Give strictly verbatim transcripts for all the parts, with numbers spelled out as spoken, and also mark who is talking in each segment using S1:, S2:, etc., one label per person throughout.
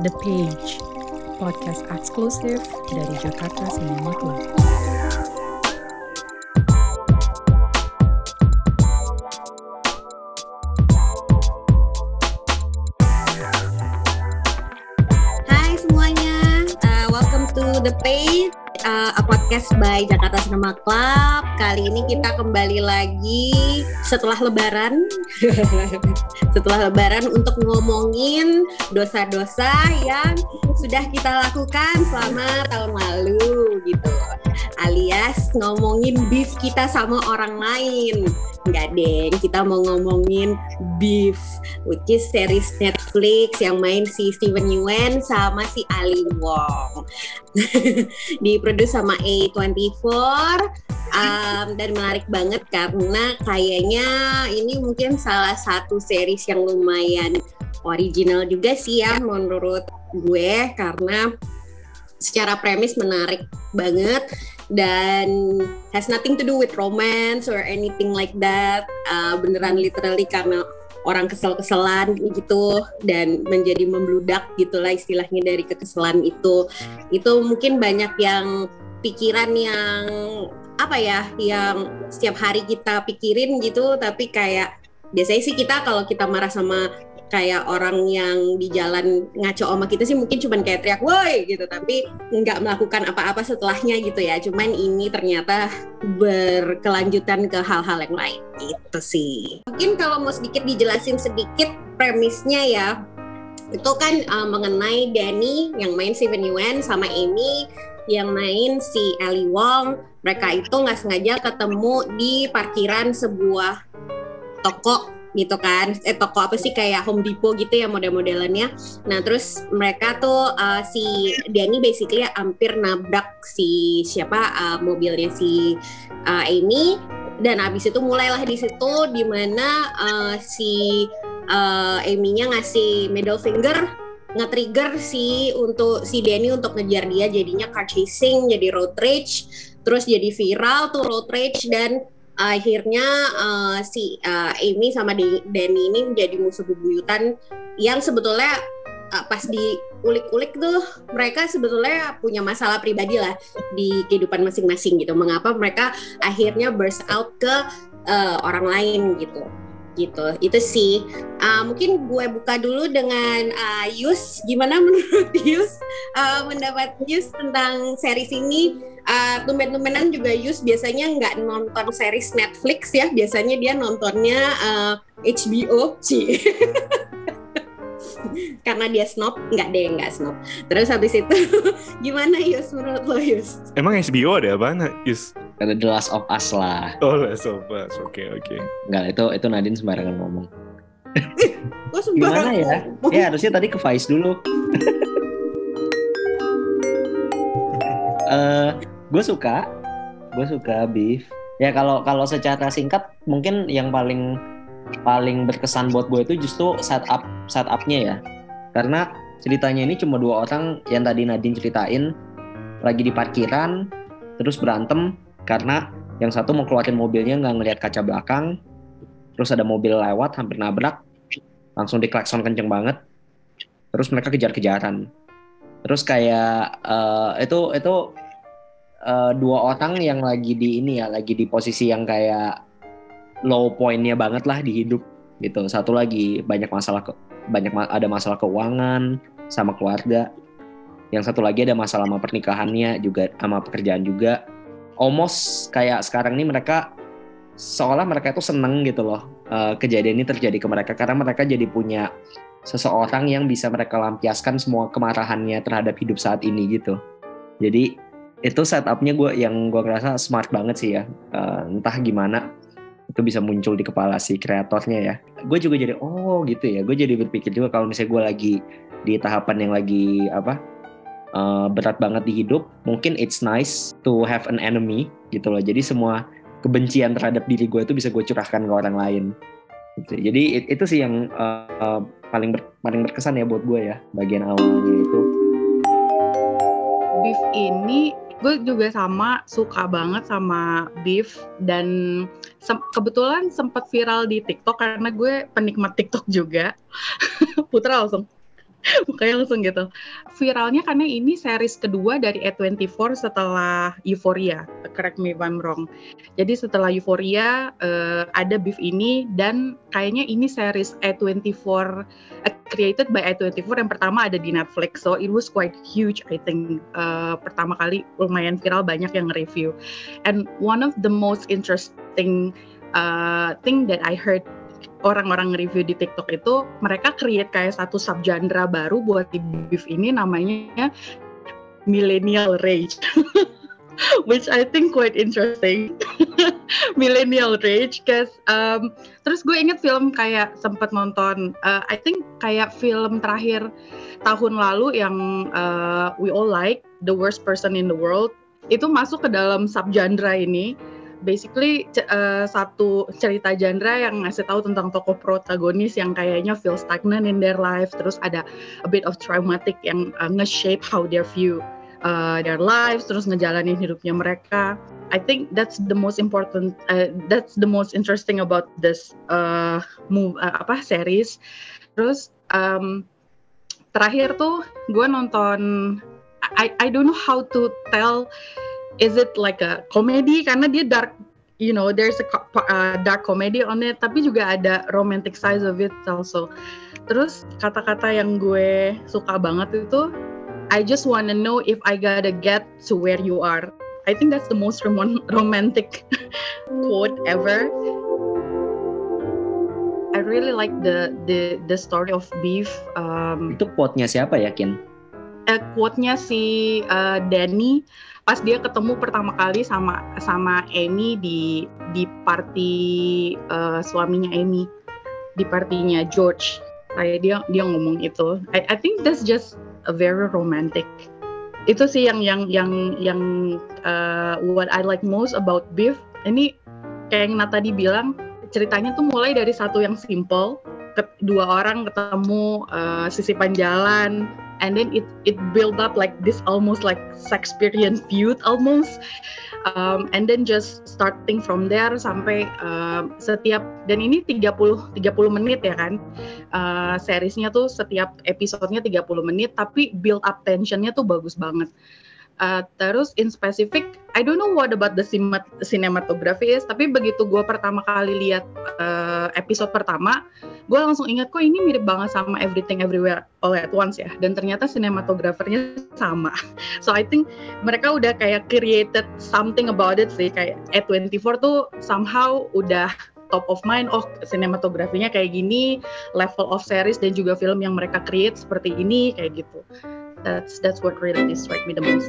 S1: The Page, podcast eksklusif dari Jakarta Cinema Club.
S2: Hai semuanya, uh, welcome to The Page, uh, a podcast by Jakarta Cinema Club. Kali ini kita kembali lagi setelah Lebaran, setelah Lebaran untuk ngomongin dosa-dosa yang sudah kita lakukan selama tahun lalu gitu, alias ngomongin beef kita sama orang lain. Enggak deng, kita mau ngomongin Beef, which is series Netflix yang main si Steven Yeun sama si Ali Wong. Diproduce sama A twenty-four, um, dan menarik banget karena kayaknya ini mungkin salah satu series yang lumayan original juga sih ya menurut gue, karena secara premis menarik banget dan has nothing to do with romance or anything like that. Uh, beneran literally karena orang kesel-keselan gitu dan menjadi membludak gitulah istilahnya dari kekesalan itu. Itu mungkin banyak yang pikiran yang apa ya, yang setiap hari kita pikirin gitu, tapi kayak biasanya sih kita kalau kita marah sama kayak orang yang di jalan ngaco sama kita sih mungkin cuman kayak teriak woi gitu, tapi nggak melakukan apa-apa setelahnya gitu ya. Cuman ini ternyata berkelanjutan ke hal-hal yang lain gitu sih. Mungkin kalau mau sedikit dijelasin sedikit premisnya ya, itu kan uh, mengenai Danny yang main Steven Yeun sama Amy yang main si Ali Wong. Mereka itu nggak sengaja ketemu di parkiran sebuah toko gitu kan, eh toko apa sih kayak Home Depot gitu ya model-modelannya. Nah terus mereka tuh uh, si Danny basically hampir nabrak si siapa uh, mobilnya si uh, Amy, dan abis itu mulailah di situ dimana uh, si uh, Amy-nya ngasih middle finger, nge-trigger si untuk si Danny untuk ngejar dia, jadinya car chasing, jadi road rage, terus jadi viral tuh road rage, dan akhirnya uh, si uh, Amy sama Danny ini menjadi musuh bebuyutan yang sebetulnya uh, pas diulik-ulik tuh mereka sebetulnya punya masalah pribadi lah di kehidupan masing-masing gitu. Mengapa mereka akhirnya burst out ke uh, orang lain gitu. Gitu, itu sih. Uh, mungkin gue buka dulu dengan uh, Yus. Gimana menurut Yus uh, mendapat Yus tentang series ini? Uh, tumben-tumbenan juga Yus biasanya nggak nonton series Netflix ya, biasanya dia nontonnya uh, H B O sih. Karena dia snob, nggak deh nggak snob. Terus habis itu gimana Yus menurut lo Yus?
S3: Emang H B O ada apaan Yus?
S4: Ada The Last of Us lah.
S3: Oh Last of Us, oke okay, oke. Okay.
S4: Enggak, itu itu Nadine sembarangan ngomong.
S2: Gue sembarangan
S4: gimana ya? Ngomong. Ya harusnya tadi ke Vice dulu. uh, gue suka, gue suka Beef. Ya kalau kalau secara singkat mungkin yang paling paling berkesan buat gue itu justru setup setupnya ya. Karena ceritanya ini cuma dua orang yang tadi Nadine ceritain lagi di parkiran terus berantem karena yang satu mau keluarin mobilnya nggak ngelihat kaca belakang, terus ada mobil lewat hampir nabrak, langsung diklakson kenceng banget, terus mereka kejar-kejaran, terus kayak uh, itu itu uh, dua orang yang lagi di ini ya, lagi di posisi yang kayak low point-nya banget lah di hidup gitu. Satu lagi banyak masalah ke, banyak ada masalah keuangan sama keluarga, yang satu lagi ada masalah sama pernikahannya juga, sama pekerjaan juga. Almost kayak sekarang ini mereka seolah mereka itu seneng gitu loh uh, kejadian ini terjadi ke mereka, karena mereka jadi punya seseorang yang bisa mereka lampiaskan semua kemarahannya terhadap hidup saat ini gitu. Jadi itu setupnya gue yang gue ngerasa smart banget sih ya, uh, entah gimana itu bisa muncul di kepala si kreatornya ya. Gue juga jadi oh gitu ya, gue jadi berpikir juga kalau misalnya gue lagi di tahapan yang lagi apa Uh, berat banget di hidup, mungkin it's nice to have an enemy gitu loh. Jadi semua kebencian terhadap diri gue itu bisa gue curahkan ke orang lain gitu. Jadi it, itu sih yang uh, uh, paling ber, paling berkesan ya buat gue ya, bagian awalnya itu.
S5: Beef ini gue juga sama suka banget sama Beef, dan sem- kebetulan sempat viral di TikTok karena gue penikmat TikTok juga. Putra langsung Mukanya langsung gitu. Viralnya karena ini series kedua dari A twenty-four setelah Euphoria. Correct me if I'm wrong. Jadi setelah Euphoria uh, ada Beef ini dan kayaknya ini series A twenty-four uh, created by A twenty-four yang pertama ada di Netflix. So it was quite huge I think. Uh, pertama kali lumayan viral, banyak yang nge-review. And one of the most interesting uh, thing that I heard orang-orang nge-review di TikTok itu, mereka create kayak satu subgenre baru buat di Beef ini, namanya millennial rage. Which I think quite interesting. Millennial rage, cause um, terus gue inget film kayak sempat nonton, uh, I think kayak film terakhir tahun lalu yang uh, we all like, The Worst Person in the World, itu masuk ke dalam subgenre ini. Basically uh, satu cerita genre yang ngasih tahu tentang tokoh protagonis yang kayaknya feel stagnant in their life, terus ada a bit of traumatic yang uh, nge-shape how they view uh, their lives, terus ngejalanin hidupnya mereka. I think that's the most important, uh, that's the most interesting about this uh, move, uh, apa series. Terus um, terakhir tuh gue nonton, I I don't know how to tell. Is it like a comedy? Karena dia dark, you know, there's a uh, dark comedy on it, tapi juga ada romantic side of it also. Terus kata-kata yang gue suka banget itu, I just wanna know if I gotta get to where you are. I think that's the most rom- romantic quote ever. I really like the the the story of Beef. Um,
S4: Itu quote-nya siapa ya, Kin?
S5: Uh, quote-nya si uh, Danny pas dia ketemu pertama kali sama sama Amy di di party uh, suaminya Amy, di partinya George. Kayak dia dia ngomong itu. I, I think that's just a very romantic. Itu sih yang yang yang yang uh, what I like most about Beef. Ini kayak yang Nat tadi bilang, ceritanya tuh mulai dari satu yang simple, dua orang ketemu, uh, sisipan jalan, and then it it build up like this almost like Shakespearean feud almost, um, and then just starting from there sampai uh, setiap, dan ini tiga puluh menit ya kan, uh, seriesnya tuh setiap episodenya tiga puluh menit, tapi build up tensionnya tuh bagus banget. Uh, terus in specific, I don't know what about the cinematography is, tapi begitu gue pertama kali lihat uh, episode pertama, gue langsung ingat kok ini mirip banget sama Everything Everywhere All at Once ya, dan ternyata sinematografernya sama. So I think mereka udah kayak created something about it sih, kayak A twenty-four tuh somehow udah top of mind, oh sinematografinya kayak gini, level of series dan juga film yang mereka create seperti ini, kayak gitu. That's that's what really strike me the most.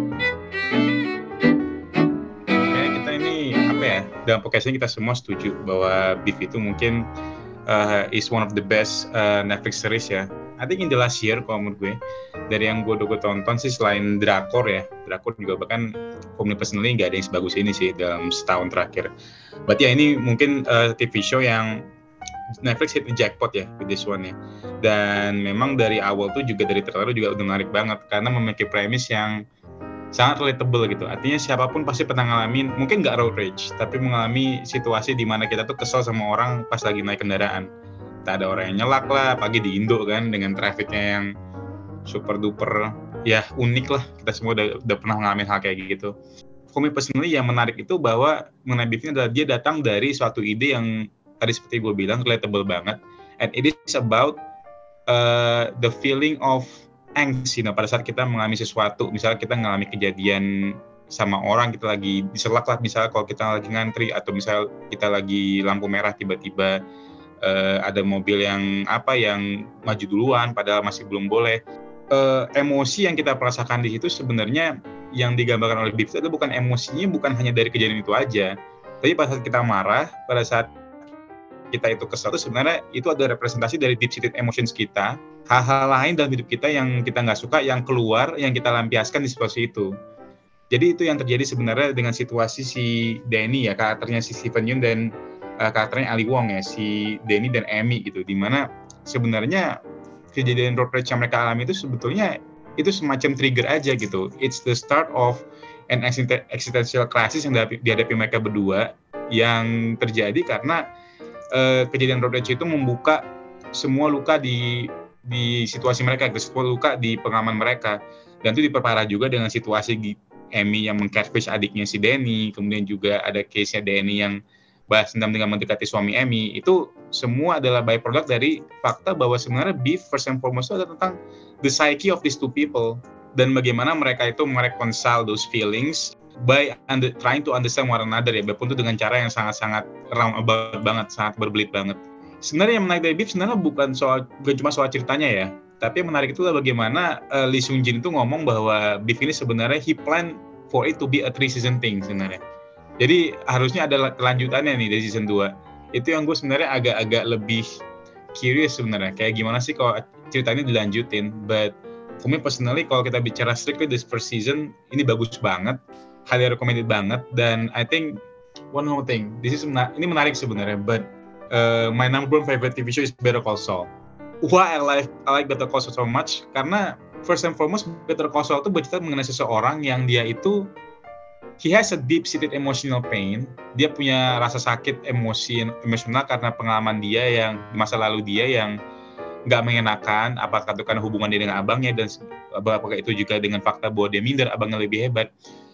S6: Kayaknya kita ini apa ya, dalam podcast ini kita semua setuju bahwa Beef itu mungkin uh, is one of the best uh, Netflix series ya. I think in the last year kalau menurut gue, dari yang gue udah gue tonton sih selain Drakor ya, Drakor juga bahkan for me personally nggak ada yang sebagus ini sih dalam setahun terakhir. Berarti ya ini mungkin uh, T V show yang Netflix hit the jackpot ya with this one ya. Dan memang dari awal tuh juga dari trailer juga udah menarik banget karena memiliki premis yang sangat relatable gitu. Artinya siapapun pasti pernah ngalamin, mungkin nggak road rage, tapi mengalami situasi di mana kita tuh kesel sama orang pas lagi naik kendaraan. Tak ada orang yang nyelak lah, pagi di Indo kan dengan trafficnya yang super duper ya unik lah. Kita semua udah, udah pernah ngalamin hal kayak gitu. For me personally yang menarik itu bahwa mengenai Beef ini adalah dia datang dari suatu ide yang tadi seperti gue bilang relatable banget, and it is about uh, the feeling of angst, you know, pada saat kita mengalami sesuatu, misalnya kita mengalami kejadian sama orang, kita lagi diselak lah, misalnya kalau kita lagi ngantri, atau misalnya kita lagi lampu merah tiba-tiba uh, ada mobil yang apa yang maju duluan, padahal masih belum boleh. Uh, emosi yang kita merasakan di situ sebenarnya yang digambarkan oleh Beef itu adalah bukan emosinya, bukan hanya dari kejadian itu aja, tapi pada saat kita marah, pada saat kita itu kesal itu sebenarnya itu ada representasi dari deep seated emotions kita, hal-hal lain dalam hidup kita yang kita nggak suka yang keluar, yang kita lampiaskan di situasi itu. Jadi itu yang terjadi sebenarnya dengan situasi si Danny ya, karakternya si Steven Yeun dan uh, karakternya Ali Wong ya, si Danny dan Amy gitu, dimana sebenarnya kejadian road rage yang mereka alami itu sebetulnya itu semacam trigger aja gitu. It's the start of an existential crisis yang dihadapi mereka berdua yang terjadi karena Uh, kejadian road rage itu membuka semua luka di di situasi mereka, sepuluh luka di pengaman mereka. Dan itu diperparah juga dengan situasi Amy yang meng-catfish adiknya si Danny, kemudian juga ada case-nya Danny yang balas dendam dengan mendekati suami Amy. Itu semua adalah byproduct dari fakta bahwa sebenarnya Beef first and foremost itu adalah tentang the psyche of these two people, dan bagaimana mereka itu mereconcile those feelings by under, trying to understand one another ya, walaupun itu dengan cara yang sangat-sangat roundabout banget, sangat berbelit banget. Sebenarnya yang menarik dari Beef sebenarnya bukan soal, bukan cuma soal ceritanya ya, tapi yang menarik itu adalah bagaimana uh, Lee Seung Jin itu ngomong bahwa Beef ini sebenarnya he plan for it to be a three season thing sebenarnya. Jadi harusnya ada kelanjutannya nih dari season dua. Itu yang gue sebenarnya agak-agak lebih curious sebenarnya, kayak gimana sih kalau ceritanya dilanjutin. But for me personally, kalau kita bicara strictly this first season, ini bagus banget, highly recommended banget. Dan I think one more thing, this is mena- ini menarik sebenarnya, but Uh, my number one favorite T V show is Better Call Saul. Why I like I like Better Call Saul so much? Karena first and foremost Better Call Saul itu bercerita mengenai seseorang yang dia itu he has a deep-seated emotional pain. Dia punya rasa sakit emosi emosional karena pengalaman dia yang masa lalu dia yang nggak mengenakan, apakah itu karena hubungan dia dengan abangnya dan apakah itu juga dengan fakta bahwa dia minder abangnya lebih hebat.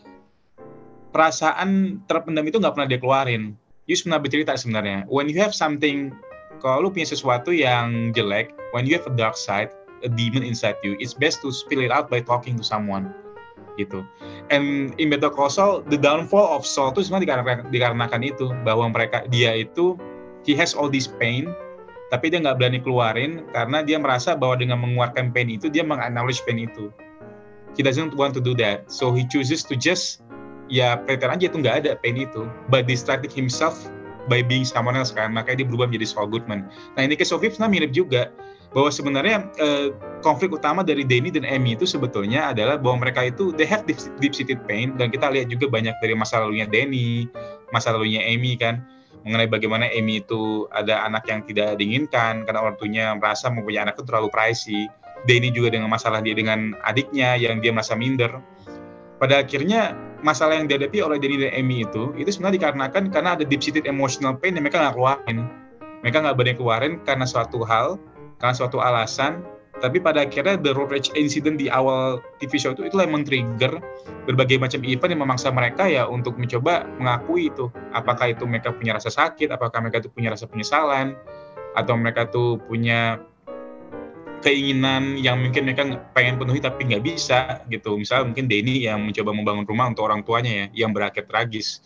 S6: Perasaan terpendam itu nggak pernah dia keluarin. Yus pernah bercerita sebenarnya, when you have something, kalau lu punya sesuatu yang jelek, when you have a dark side, a demon inside you, it's best to spill it out by talking to someone, gitu. And in Better Call Saul, the downfall of Saul itu sebenarnya dikarenakan, dikarenakan itu, bahwa mereka dia itu, he has all this pain, tapi dia nggak berani keluarin, karena dia merasa bahwa dengan mengeluarkan pain itu, dia meng-acknowledge pain itu. He doesn't want to do that, so he chooses to just ya pretend aja itu nggak ada pain itu, but distracted himself by being someone else kan, makanya dia berubah menjadi Saul Goodman. Nah ini case of Beef sebenarnya mirip juga, bahwa sebenarnya eh, konflik utama dari Danny dan Amy itu sebetulnya adalah bahwa mereka itu they have deep-seated pain, dan kita lihat juga banyak dari masa lalunya Danny, masa lalunya Amy kan, mengenai bagaimana Amy itu ada anak yang tidak diinginkan karena orang tuanya merasa mempunyai anak itu terlalu pricey. Danny juga dengan masalah dia dengan adiknya yang dia merasa minder. Pada akhirnya masalah yang dihadapi oleh Danny dan Amy itu itu sebenarnya dikarenakan karena ada deep-seated emotional pain yang mereka nggak keluarin. Mereka nggak berani keluarin karena suatu hal, karena suatu alasan. Tapi pada akhirnya the road rage incident di awal T V show itu itulah yang men-trigger berbagai macam event yang memaksa mereka ya untuk mencoba mengakui itu. Apakah itu mereka punya rasa sakit, apakah mereka itu punya rasa penyesalan, atau mereka tuh punya keinginan yang mungkin mereka pengen penuhi tapi nggak bisa gitu. Misalnya mungkin Danny yang mencoba membangun rumah untuk orang tuanya ya, yang berakhir tragis.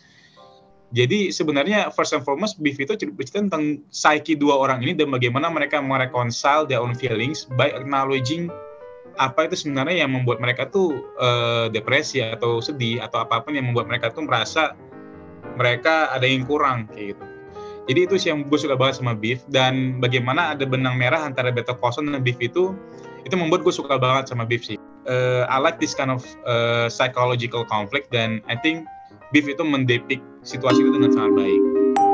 S6: Jadi sebenarnya first and foremost Beef itu bercerita tentang psyche dua orang ini dan bagaimana mereka mereconcile their own feelings by acknowledging apa itu sebenarnya yang membuat mereka tuh uh, depresi atau sedih atau apapun yang membuat mereka tuh merasa mereka ada yang kurang kayak gitu. Jadi itu sih yang gue suka banget sama Beef, dan bagaimana ada benang merah antara Better Call Saul dan Beef itu itu membuat gue suka banget sama Beef sih. Uh, I like this kind of uh, psychological conflict, dan I think Beef itu mendepict situasi itu dengan sangat baik.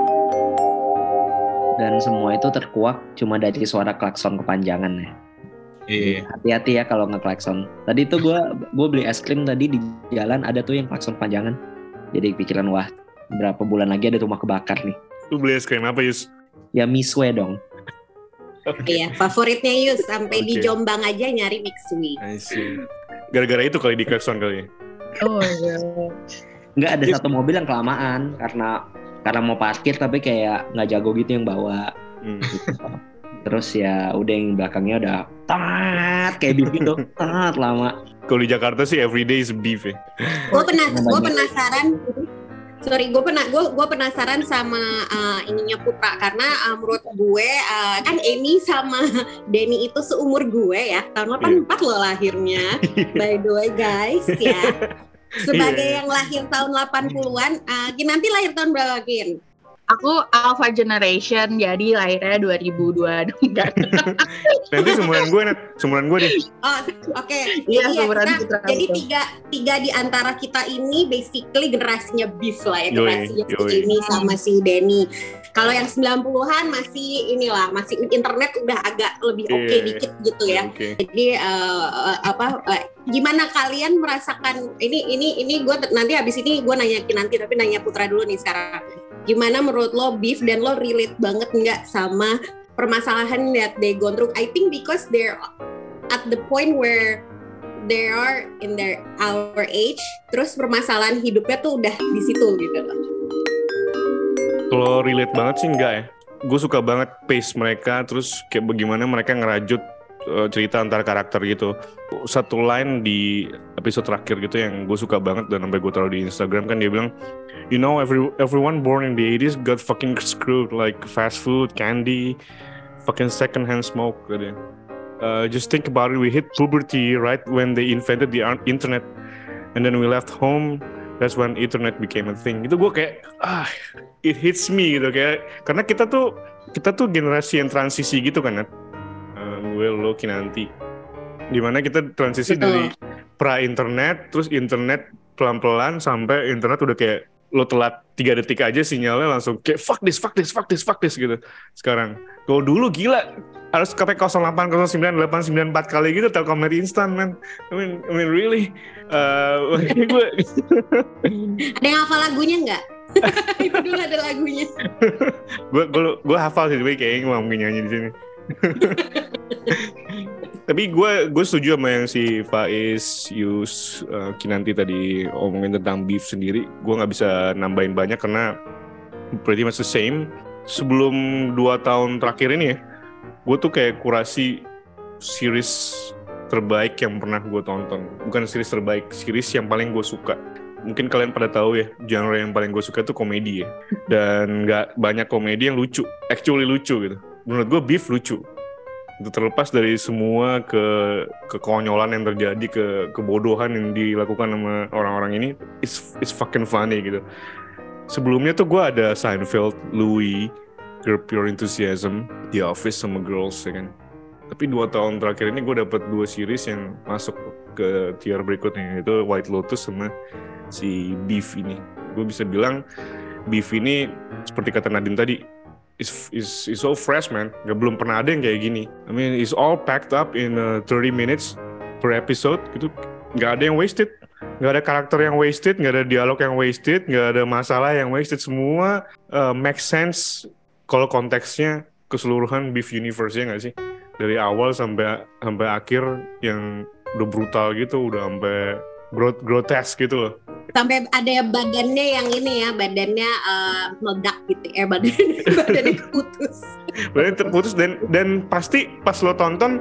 S4: Dan semua itu terkuak cuma dari suara klakson kepanjangan ya.
S6: Iya.
S4: Hati-hati ya kalau nge-klakson. Tadi tuh gue gue beli es krim tadi di jalan ada tuh yang klakson panjangan. Jadi pikiran wah berapa bulan lagi ada rumah kebakar nih.
S3: Lu beli es krim apa, Yus?
S4: Ya Miswe dong.
S2: Iya, favoritnya Yus sampai
S3: Okay.
S2: di Jombang aja nyari Mixui.
S3: I see. Gara-gara itu kali di klakson kali ya?
S5: Oh iya.
S4: Nggak ada satu mobil yang kelamaan karena karena mau parkir tapi kayak nggak jago gitu yang bawa.
S3: Hmm.
S4: Gitu. Terus ya udah yang belakangnya udah tat kayak Beef gitu, tat lama.
S3: Kalau di Jakarta sih everyday is beef ya.
S2: Gue penas, gue penasaran. Sorry, gue pernah, gue gue penasaran sama uh, ininya Putra karena uh, menurut gue uh, kan Amy sama Danny itu seumur gue ya, tahun delapan puluh empat loh lahirnya. By the way guys ya, sebagai
S3: Yeah.
S2: yang lahir tahun delapan puluhan, uh, Kin nanti lahir tahun berapa Kin?
S5: Aku Alpha Generation, jadi lahirnya dua ribu dua. Enggak.
S3: Nanti seumuran gue, Nat. Seumuran gue deh.
S2: Oh, oke. Okay.
S5: Iya,
S2: Jadi ya
S5: seumuran
S2: kita,
S5: Putra.
S2: jadi tiga tiga di antara kita ini basically generasinya Beef lah ya,
S3: Yoi,
S2: generasinya si
S3: yoi.
S2: Amy sama si Danny. Kalau yang sembilan puluhan masih inilah, masih internet udah agak lebih oke okay
S3: Iya.
S2: dikit gitu ya.
S3: Oke.
S2: Jadi uh, uh, apa uh, gimana kalian merasakan ini ini ini gue nanti habis ini gue nanyakin nanti tapi nanya Putra dulu nih sekarang. Gimana menurut lo Beef dan lo relate banget nggak sama permasalahan that they go through. I think because they're at the point where they are in their our age, terus permasalahan hidupnya tuh udah di situ gitu loh.
S3: Kalau relate banget sih enggak ya. Gue suka banget pace mereka, terus kayak bagaimana mereka ngerajut uh, cerita antar karakter gitu. Satu line di episode terakhir gitu yang gue suka banget dan sampai gue taruh di Instagram kan, dia bilang, you know, every everyone born in the eighties got fucking screwed, like fast food, candy, fucking second hand smoke gitu. Uh, just think about it, we hit puberty right when they invented the internet, and then we left home. That's when internet became a thing. Itu gue kayak, ah, it hits me gitu kayak, karena kita tuh kita tuh generasi yang transisi gitu kan, Nat. Uh, gue lo Kinanti, dimana kita transisi
S2: Betul.
S3: dari pra internet, terus internet pelan-pelan sampai internet udah kayak lo telat tiga detik aja sinyalnya langsung kayak fuck this, fuck this, fuck this, fuck this gitu. Sekarang, kalau dulu gila harus ke nol delapan nol sembilan delapan sembilan empat kali gitu Telkomnet instan, man. I mean, I mean really. Uh, gue
S2: Ada yang hafal lagunya nggak? Itu dulu ada lagunya.
S3: gue gue gue hafal sih, tapi kayaknya nggak mungkin nyanyi di sini. Tapi gue gue setuju sama yang si Faiz, Yus, uh, Kinanti tadi omongin tentang beef sendiri. Gue nggak bisa nambahin banyak karena pretty much the same. Sebelum dua tahun terakhir ini ya, gue tuh kayak kurasi series terbaik yang pernah gue tonton. Bukan series terbaik, series yang paling gue suka. Mungkin kalian pada tahu ya, genre yang paling gue suka tuh komedi ya. Dan gak banyak komedi yang lucu, actually lucu gitu. Menurut gue Beef lucu. Itu terlepas dari semua ke kekonyolan yang terjadi, ke kebodohan yang dilakukan sama orang-orang ini, it's, it's fucking funny gitu. Sebelumnya tuh gue ada Seinfeld, Louis, Curb Your Enthusiasm, The Office sama Girls ya kan. Tapi dua tahun terakhir ini gue dapet dua series yang masuk ke tier berikutnya, yaitu White Lotus sama si Beef ini. Gue bisa bilang Beef ini seperti kata Nadine tadi, is is is so fresh man. Gak belum pernah ada yang kayak gini. I mean it's all packed up in uh, thirty minutes per episode gitu. Gak ada yang wasted. Gak ada karakter yang wasted, gak ada dialog yang wasted, gak ada masalah yang wasted. Semua uh, make sense kalau konteksnya keseluruhan Beef Universe-nya gak sih? Dari awal sampai sampai akhir yang udah brutal gitu, udah sampai grot grotesk gitu loh.
S2: Sampai ada badannya yang ini ya, badannya uh, meledak gitu ya, badannya badannya putus.
S3: Badannya terputus dan dan pasti pas lo tonton,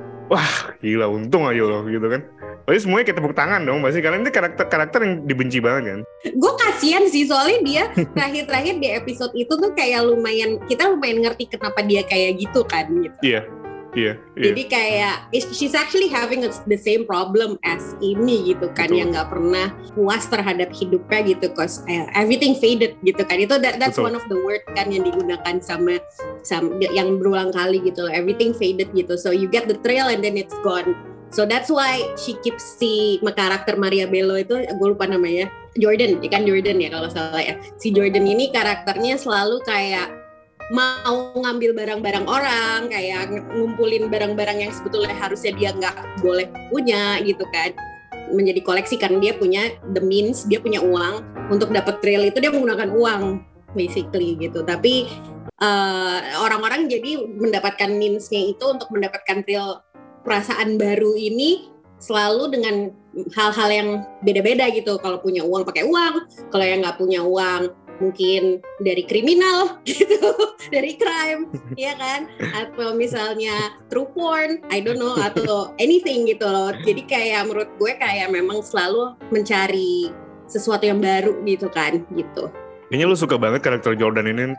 S3: wah gila untung aja lo gitu kan. Pasti semuanya kayak tepuk tangan dong pasti, karena ini karakter-karakter yang dibenci banget kan. Gue
S2: kasihan sih soalnya dia terakhir-terakhir di episode itu tuh kayak lumayan, kita lumayan ngerti kenapa dia kayak gitu kan gitu.
S3: Iya. Iya, iya.
S2: Jadi kayak she's actually having the same problem as ini gitu kan. Betul. Yang nggak pernah puas terhadap hidupnya gitu, cause uh, everything faded gitu kan. Itu that, that's Betul. One of the word kan yang digunakan sama, sama yang berulang kali gitu loh. Everything faded gitu. So you get the thrill and then it's gone. So that's why she keeps si karakter Maria Bello itu, gue lupa namanya, Jordan, ya kan Jordan ya kalau salah ya. Si Jordan ini karakternya selalu kayak mau ngambil barang-barang orang, kayak ngumpulin barang-barang yang sebetulnya harusnya dia nggak boleh punya gitu kan, menjadi koleksi karena dia punya the means, dia punya uang untuk dapat thrill itu, dia menggunakan uang basically gitu. Tapi uh, orang-orang jadi mendapatkan means-nya itu untuk mendapatkan thrill perasaan baru ini selalu dengan hal-hal yang beda-beda gitu. Kalau punya uang pakai uang, kalau yang nggak punya uang mungkin dari kriminal gitu, dari crime, ya kan? Atau misalnya true porn, I don't know, atau anything gitu loh. Jadi kayak menurut gue kayak memang selalu mencari sesuatu yang baru gitu kan, gitu.
S3: Kayaknya lu suka banget karakter Jordan ini.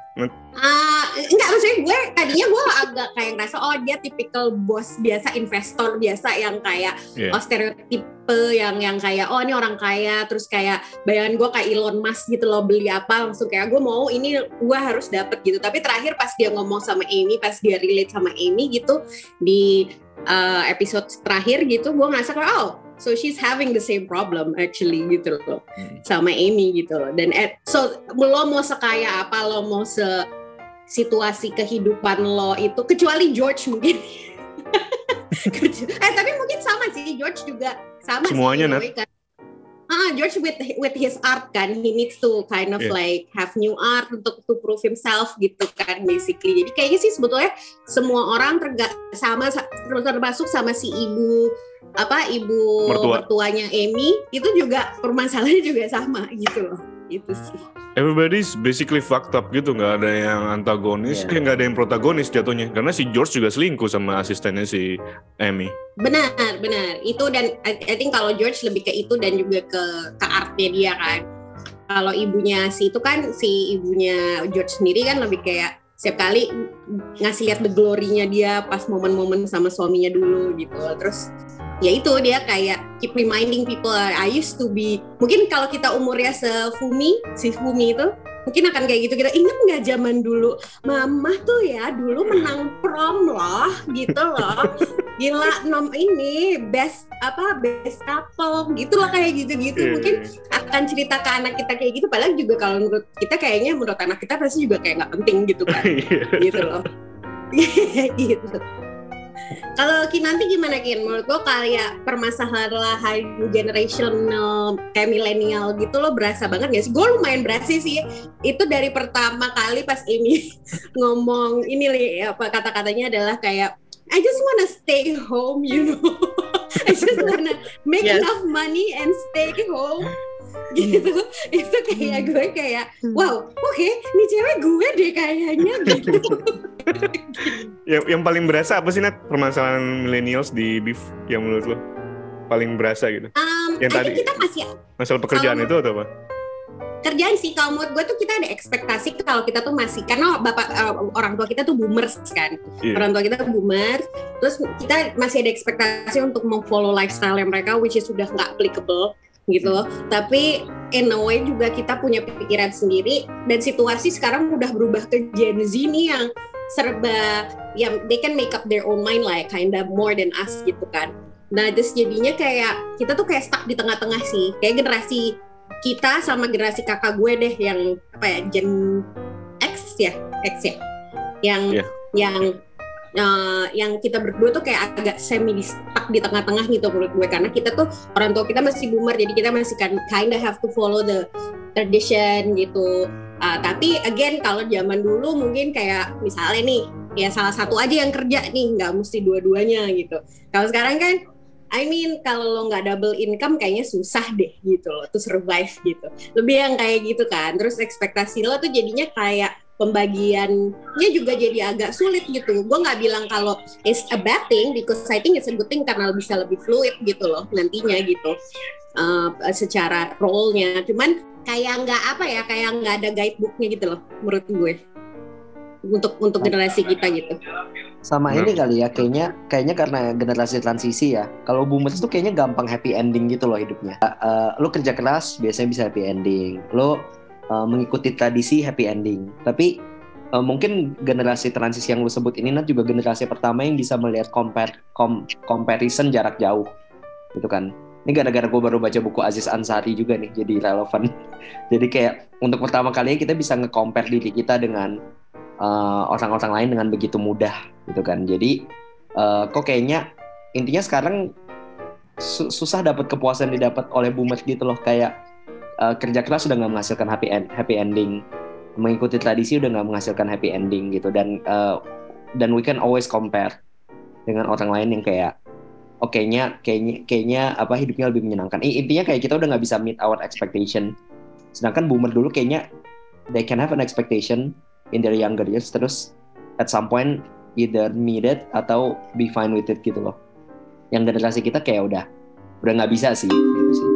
S2: Uh, enggak, maksudnya gue tadinya gue agak kayak ngerasa oh dia tipikal bos biasa, investor biasa yang kayak yeah. oh stereotipe yang yang kayak oh ini orang kaya, terus kayak bayangan gue kayak Elon Musk gitu loh, beli apa langsung kayak gue mau ini, gue harus dapet gitu. Tapi terakhir pas dia ngomong sama Amy, pas dia relate sama Amy gitu di uh, episode terakhir gitu, gue ngerasa kayak oh so she's having the same problem actually gitu loh hmm. sama Amy gitu loh. Dan at, so lo mau sekaya apa, lo mau se situasi kehidupan lo itu, kecuali George mungkin. eh tapi mungkin sama sih, George juga sama
S3: semuanya
S2: sih. Semuanya Ah, George with with his art kan, he needs to kind of
S3: Yeah.
S2: like have new art untuk to prove himself gitu kan basically. Jadi kayaknya sih sebetulnya semua orang terga sama termasuk sama si ibu apa ibu
S3: Mertua.
S2: mertuanya Amy itu juga permasalahannya juga sama gitu loh. Itu sih.
S3: Everybody's basically fucked up gitu, nggak ada yang antagonis,
S4: Yeah.
S3: eh nggak ada yang protagonis jatuhnya. Karena si George juga selingkuh sama asistennya si Amy.
S2: Benar, benar. Itu dan I, I think kalau George lebih ke itu dan juga ke ke artnya dia kan. Kalau ibunya si itu kan si ibunya George sendiri kan lebih kayak setiap kali ngasih lihat the glory-nya dia pas momen-momen sama suaminya dulu gitu. Terus ya itu dia kayak keep reminding people I used to be, mungkin kalau kita umurnya se-Fumi, si Fumi itu mungkin akan kayak gitu, kita ingat nggak zaman dulu mama tuh ya dulu menang prom loh gitu loh, gila nom ini best apa best couple gitu loh, kayak gitu-gitu.
S3: Yeah.
S2: Mungkin akan cerita ke anak kita kayak gitu, padahal juga kalau menurut kita kayaknya menurut anak kita pasti juga kayak nggak penting gitu kan. Gitu loh. Gitu. Kalau Kinanti gimana Kin? Menurut lo kayak permasalahan generational kayak milenial gitu lo berasa banget gak sih? Gue lumayan berasa sih. Itu dari pertama kali pas ini ngomong ini li, apa kata-katanya adalah kayak I just wanna stay home, you know. I just wanna make
S5: Yes.
S2: enough money and stay home. Gitu. Itu kayak gue kayak wow, oke, okay, ini cewek gue deh kayaknya gitu.
S3: yang, yang paling berasa apa sih Nat permasalahan millennials di Beef yang menurut lo paling berasa gitu?
S2: Um,
S3: Yang
S2: I
S3: tadi-
S2: think kita masih
S3: Masalah pekerjaan
S2: Kalau-
S3: itu atau apa?
S2: kerjaan sih, kalau menurut gue tuh kita ada ekspektasi kalau kita tuh masih, karena bapak uh, orang tua kita tuh boomers kan,
S3: Iya.
S2: orang tua kita tuh boomers, terus kita masih ada ekspektasi untuk memfollow lifestyle yang mereka, which is sudah nggak applicable gitu. Tapi in a way juga kita punya pikiran sendiri, dan situasi sekarang udah berubah ke Gen Z nih yang serba yang they can make up their own mind lah, kinda more than us gitu kan. Nah terus jadinya kayak kita tuh kayak stuck di tengah-tengah sih, kayak generasi kita sama generasi kakak gue deh yang apa ya, Gen X ya, X ya, yang
S3: Iya.
S2: yang uh, yang kita berdua tuh kayak agak semi stuck di tengah-tengah gitu menurut gue, karena kita tuh orang tua kita masih boomer, jadi kita masih kan kinda have to follow the tradition gitu. Uh, tapi again kalau zaman dulu mungkin kayak misalnya nih ya salah satu aja yang kerja nih, nggak mesti dua-duanya gitu. Kalau sekarang kan I mean kalau lo nggak double income kayaknya susah deh gitu loh to survive gitu. Lebih yang kayak gitu kan. Terus ekspektasi lo tuh jadinya kayak pembagiannya juga jadi agak sulit gitu. Gue nggak bilang kalau it's a bad thing, because I think it's a good thing karena bisa lebih fluid gitu loh nantinya gitu. Uh, secara role-nya. Cuman kayak nggak apa ya, kayak nggak ada guidebook-nya gitu loh menurut gue. Untuk untuk generasi kita gitu.
S4: Sama
S3: Benar.
S4: ini kali ya, kayaknya kayaknya karena generasi transisi ya. Kalau boomers tuh kayaknya gampang happy ending gitu loh hidupnya. Uh, uh, lo kerja keras biasanya bisa happy ending. Lo uh, mengikuti tradisi happy ending. Tapi uh, mungkin generasi transisi yang lo sebut ini Nat juga generasi pertama yang bisa melihat compare com, comparison jarak jauh, gitu kan. Ini gara-gara gue baru baca buku Aziz Ansari juga nih, jadi relevan. Jadi kayak untuk pertama kalinya kita bisa nge-compare diri kita dengan Uh, orang-orang lain dengan begitu mudah gitu kan. Jadi uh, kok kayaknya intinya sekarang su- susah dapat kepuasan didapat oleh boomers gitu loh, kayak uh, kerja keras sudah nggak menghasilkan happy end, happy ending, mengikuti tradisi udah nggak menghasilkan happy ending gitu, dan uh, dan we can always compare dengan orang lain yang kayak oh kayaknya kayaknya kayaknya apa hidupnya lebih menyenangkan. I- intinya kayak kita udah nggak bisa meet our expectation, sedangkan boomer dulu kayaknya they can have an expectation in their younger years, terus at some point either meet it atau be fine with it gitu loh. Yang generasi kita kayak udah udah nggak bisa sih gitu sih.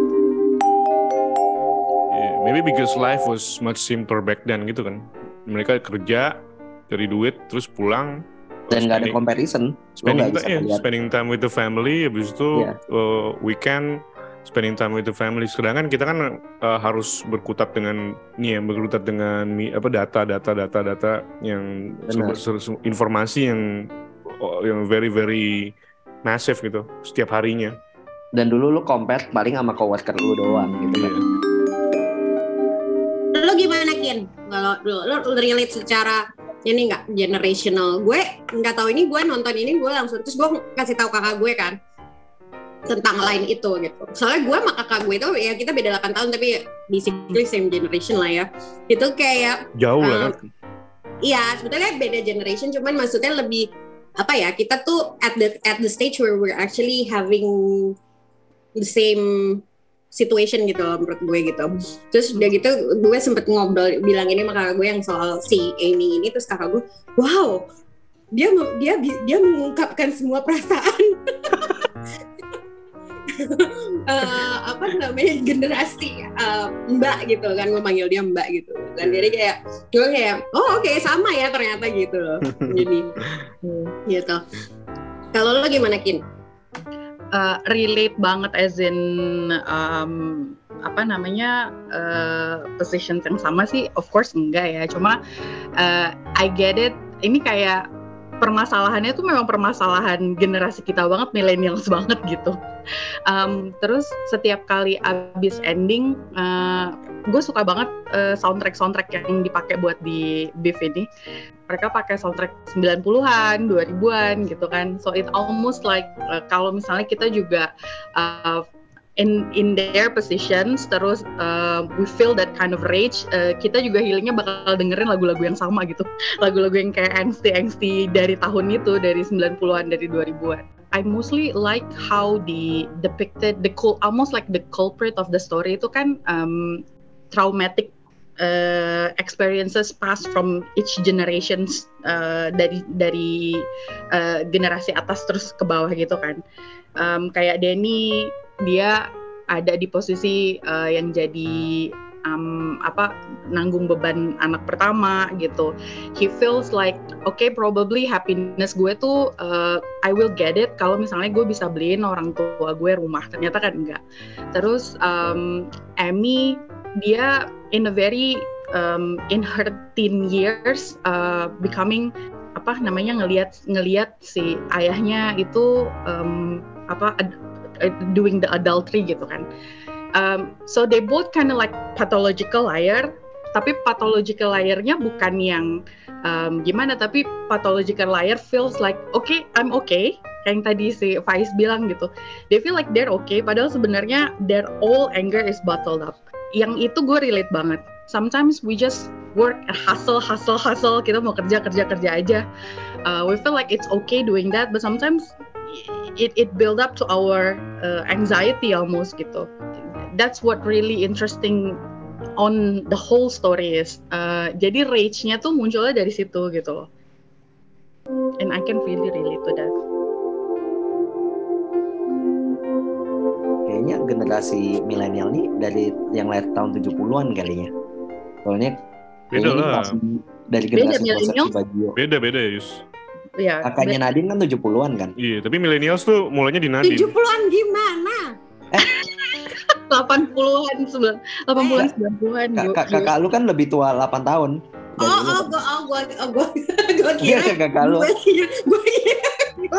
S3: Yeah, maybe because life was much simpler back then gitu kan. Mereka kerja, cari duit, terus pulang.
S4: Dan nggak ada
S3: spending-
S4: comparison. Lo
S3: Spending,
S4: nggak bisa
S3: yeah,
S4: lihat.
S3: spending time with the family, habis itu
S4: Yeah.
S3: uh, weekend spending time with the family. Sedangkan kita kan uh, harus berkutat dengan nih ya, berkutat dengan mi- apa data data data data yang
S4: Benar.
S3: sumber- ser- ser- informasi yang oh, yang very very massive gitu setiap harinya.
S4: Dan dulu lo compare paling sama coworker lo doang gitu kan.
S3: Iya.
S2: Lo gimana Kin? Kalau lo, lo relate secara ini nggak generational? Gue nggak tahu ini, gue nonton ini gue langsung terus gue kasih tahu kakak gue kan. tentang line itu gitu. Soalnya gue sama kakak gue itu ya kita beda delapan tahun tapi basically same generation lah ya. Itu kayak
S3: jauh lah.
S2: Um, iya, sebetulnya beda generation, cuman maksudnya lebih apa ya? Kita tuh at the at the stage where we're actually having the same situation gitu loh menurut gue gitu. Terus udah gitu gue sempet ngobrol bilang ini sama kakak gue yang soal si Amy ini, terus kakak gue, wow, dia dia dia mengungkapkan semua perasaan. uh, apa namanya generasi uh, mbak gitu kan, gue manggil dia mbak gitu dan jadi kayak gue kayak oh oke okay, sama ya ternyata gitu loh. Jadi gitu. Kalau lo gimana Kin?
S5: Uh, relate banget as in um, apa namanya uh, positions yang sama sih, of course enggak ya, cuma uh, I get it. Ini kayak permasalahannya tuh memang permasalahan generasi kita banget, millennials banget gitu. Um, terus setiap kali abis ending, uh, gue suka banget uh, soundtrack-soundtrack yang dipakai buat di Beef ini. Mereka pakai soundtrack sembilan puluhan, dua ribuan gitu kan. So it almost like uh, kalau misalnya kita juga uh, in in their positions, terus uh, we feel that kind of rage, uh, kita juga healingnya bakal dengerin lagu-lagu yang sama gitu. Lagu-lagu yang kayak angsty-angsty dari tahun itu, dari sembilan puluhan, dari dua ribuan. I mostly like how the depicted the cul- almost like the culprit of the story itu kan um, traumatic uh, experiences passed from each generations uh, dari dari uh, generasi atas terus ke bawah gitu kan. Um, kayak Danny, dia ada di posisi uh, yang jadi um, apa nanggung beban anak pertama gitu. He feels like okay, probably happiness gue tuh uh, I will get it kalau misalnya gue bisa beliin orang tua gue rumah. Ternyata kan enggak. Terus um, Amy, dia in a very um, in her teen years uh, becoming apa namanya ngelihat ngelihat si ayahnya itu um, apa ad, doing the adultery gitu kan. Um, so they both kind of like pathological liar, tapi pathological liar-nya bukan yang um, gimana, tapi pathological liar feels like okay, I'm okay. Kayak yang tadi si Faiz bilang gitu. They feel like they're okay, padahal sebenarnya their all anger is bottled up. Yang itu gue relate banget. Sometimes we just work, hustle, hustle, hustle. Kita mau kerja, kerja, kerja aja. Uh, we feel like it's okay doing that, but sometimes it it build up to our uh, anxiety almost gitu. That's what really interesting on the whole story is. Uh, jadi rage-nya tuh munculnya dari situ gitu loh. And I can really relate to that.
S4: Kayaknya generasi milenial nih dari yang lahir tahun tujuh puluhan kalinya. Soalnya
S3: beda lah.
S4: Dari generasi
S5: millennials.
S3: Beda beda ya Yus.
S5: Ya,
S4: kakaknya be- Nadine kan tujuh puluhan kan?
S3: Iya, tapi millennials tuh mulainya di Nadine.
S2: tujuh puluhan gimana?
S4: Eh,
S5: delapan puluhan, delapan puluhan, sembilan puluhan.
S4: Kakak, kakak lu kan lebih tua delapan tahun.
S2: Oh, oh, gue, oh, gue, oh, gue, gue kira.
S4: Iya, kakak lu.
S2: Gue kira, gue kira.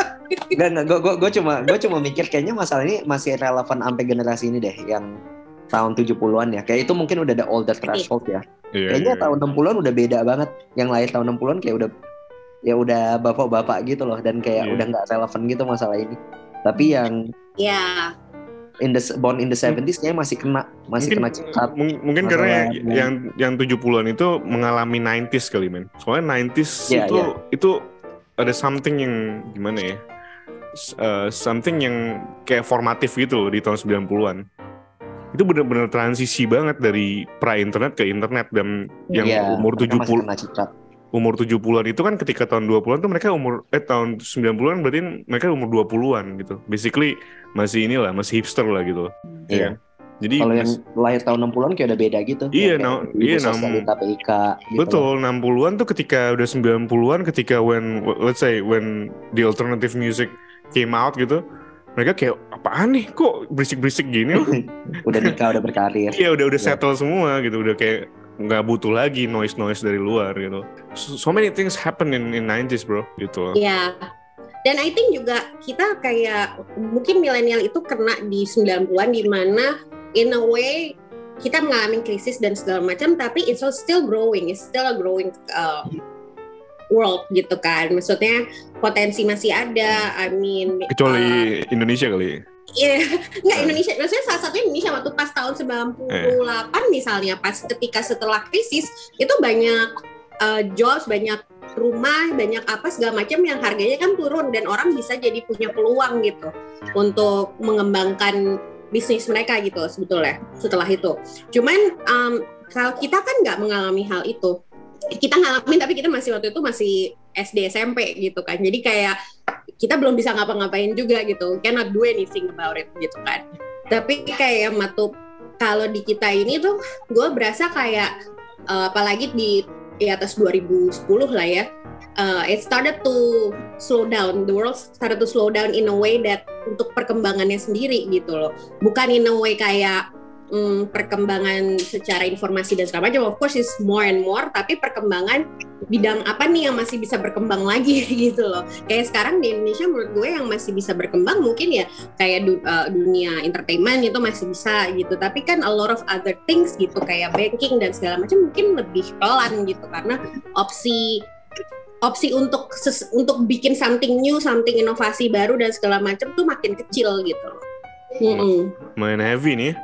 S4: Gak, gak, gue, gue cuma, gue cuma mikir kayaknya masalah ini masih relevan sampai generasi ini deh, yang tahun tujuh puluhan ya. Kayak itu mungkin udah ada older threshold ya.
S3: Iya,
S4: kayaknya
S3: iya.
S4: tahun enam puluhan udah beda banget. Yang lahir tahun enam puluhan kayak udah, ya udah bapak-bapak gitu loh, dan kayak
S3: Iya.
S4: udah nggak relevan gitu masalah ini. Tapi yang
S2: Ya.
S4: in the born in the seventies kayaknya masih kena, masih
S3: Mungkin,
S4: kena cekat.
S3: mung- mungkin
S4: Masalah
S3: karena yang,
S4: yang-
S3: yang yang tujuh puluhan itu mengalami sembilan puluhan kali men. Soalnya sembilan puluhan
S4: Iya,
S3: itu
S4: iya.
S3: itu ada something yang gimana ya? S- uh, something yang kayak formatif gitu loh di tahun sembilan puluhan. Itu benar-benar transisi banget dari pra-internet ke internet, dan yang
S4: Iya,
S3: umur
S4: mereka
S3: tujuh
S4: masih
S3: puluh
S4: kena cekat.
S3: umur tujuh puluhan itu kan ketika tahun dua puluhan tuh mereka umur eh tahun sembilan puluhan berarti mereka umur dua puluhan gitu. Basically masih inilah, masih hipster lah gitu. Ya
S4: Iya.
S3: kan? Jadi
S4: Kalau yang
S3: mas-
S4: lahir tahun enam puluhan kayak udah beda gitu.
S3: Iya,
S4: Kayak
S3: no-
S4: ibu
S3: iya,
S4: sosialita P I K gitu.
S3: betul, enam puluhan tuh ketika udah sembilan puluhan, ketika when let's say when the alternative music came out gitu, mereka kayak apaan nih, kok berisik-berisik gini loh.
S4: Udah nikah, udah berkarir.
S3: Iya, udah udah
S4: Iya.
S3: settle semua gitu, udah kayak nggak butuh lagi noise-noise dari luar gitu. So, so many things happen in in nineties bro gitu.
S2: Ya. Dan I think juga kita kayak mungkin milenial itu kena di sembilan puluhan di mana in a way kita mengalami krisis dan segala macam, tapi it's still growing, it's still a growing uh, world gitu kan. Maksudnya potensi masih ada. I mean
S3: Kecuali uh, Indonesia kali.
S2: Iya, nggak Indonesia. Maksudnya salah satunya Indonesia waktu pas tahun sembilan puluh delapan misalnya, pas ketika setelah krisis itu banyak uh, jobs, banyak rumah, banyak apa segala macam yang harganya kan turun dan orang bisa jadi punya peluang gitu untuk mengembangkan bisnis mereka gitu sebetulnya setelah itu. Cuman um, kalau kita kan nggak mengalami hal itu. Kita ngalamin tapi kita masih waktu itu masih S D S M P gitu kan. Jadi kayak kita belum bisa ngapa-ngapain juga gitu, cannot do anything about it gitu kan. Tapi kayak matu kalau di kita ini tuh gue berasa kayak uh, apalagi di di atas dua ribu sepuluh lah ya, uh, it started to slow down, the world started to slow down in a way that untuk perkembangannya sendiri gitu loh, bukan in a way kayak Hmm, perkembangan secara informasi dan segala macam, of course is more and more, tapi perkembangan bidang apa nih yang masih bisa berkembang lagi gitu loh. Kayak sekarang di Indonesia menurut gue yang masih bisa berkembang mungkin ya kayak du- uh, dunia entertainment itu masih bisa gitu, tapi kan a lot of other things gitu kayak banking dan segala macam mungkin lebih pelan gitu karena opsi opsi untuk ses- untuk bikin something new, something inovasi baru dan segala macam tuh makin kecil gitu loh. Mm-mm.
S3: Main heavy nih.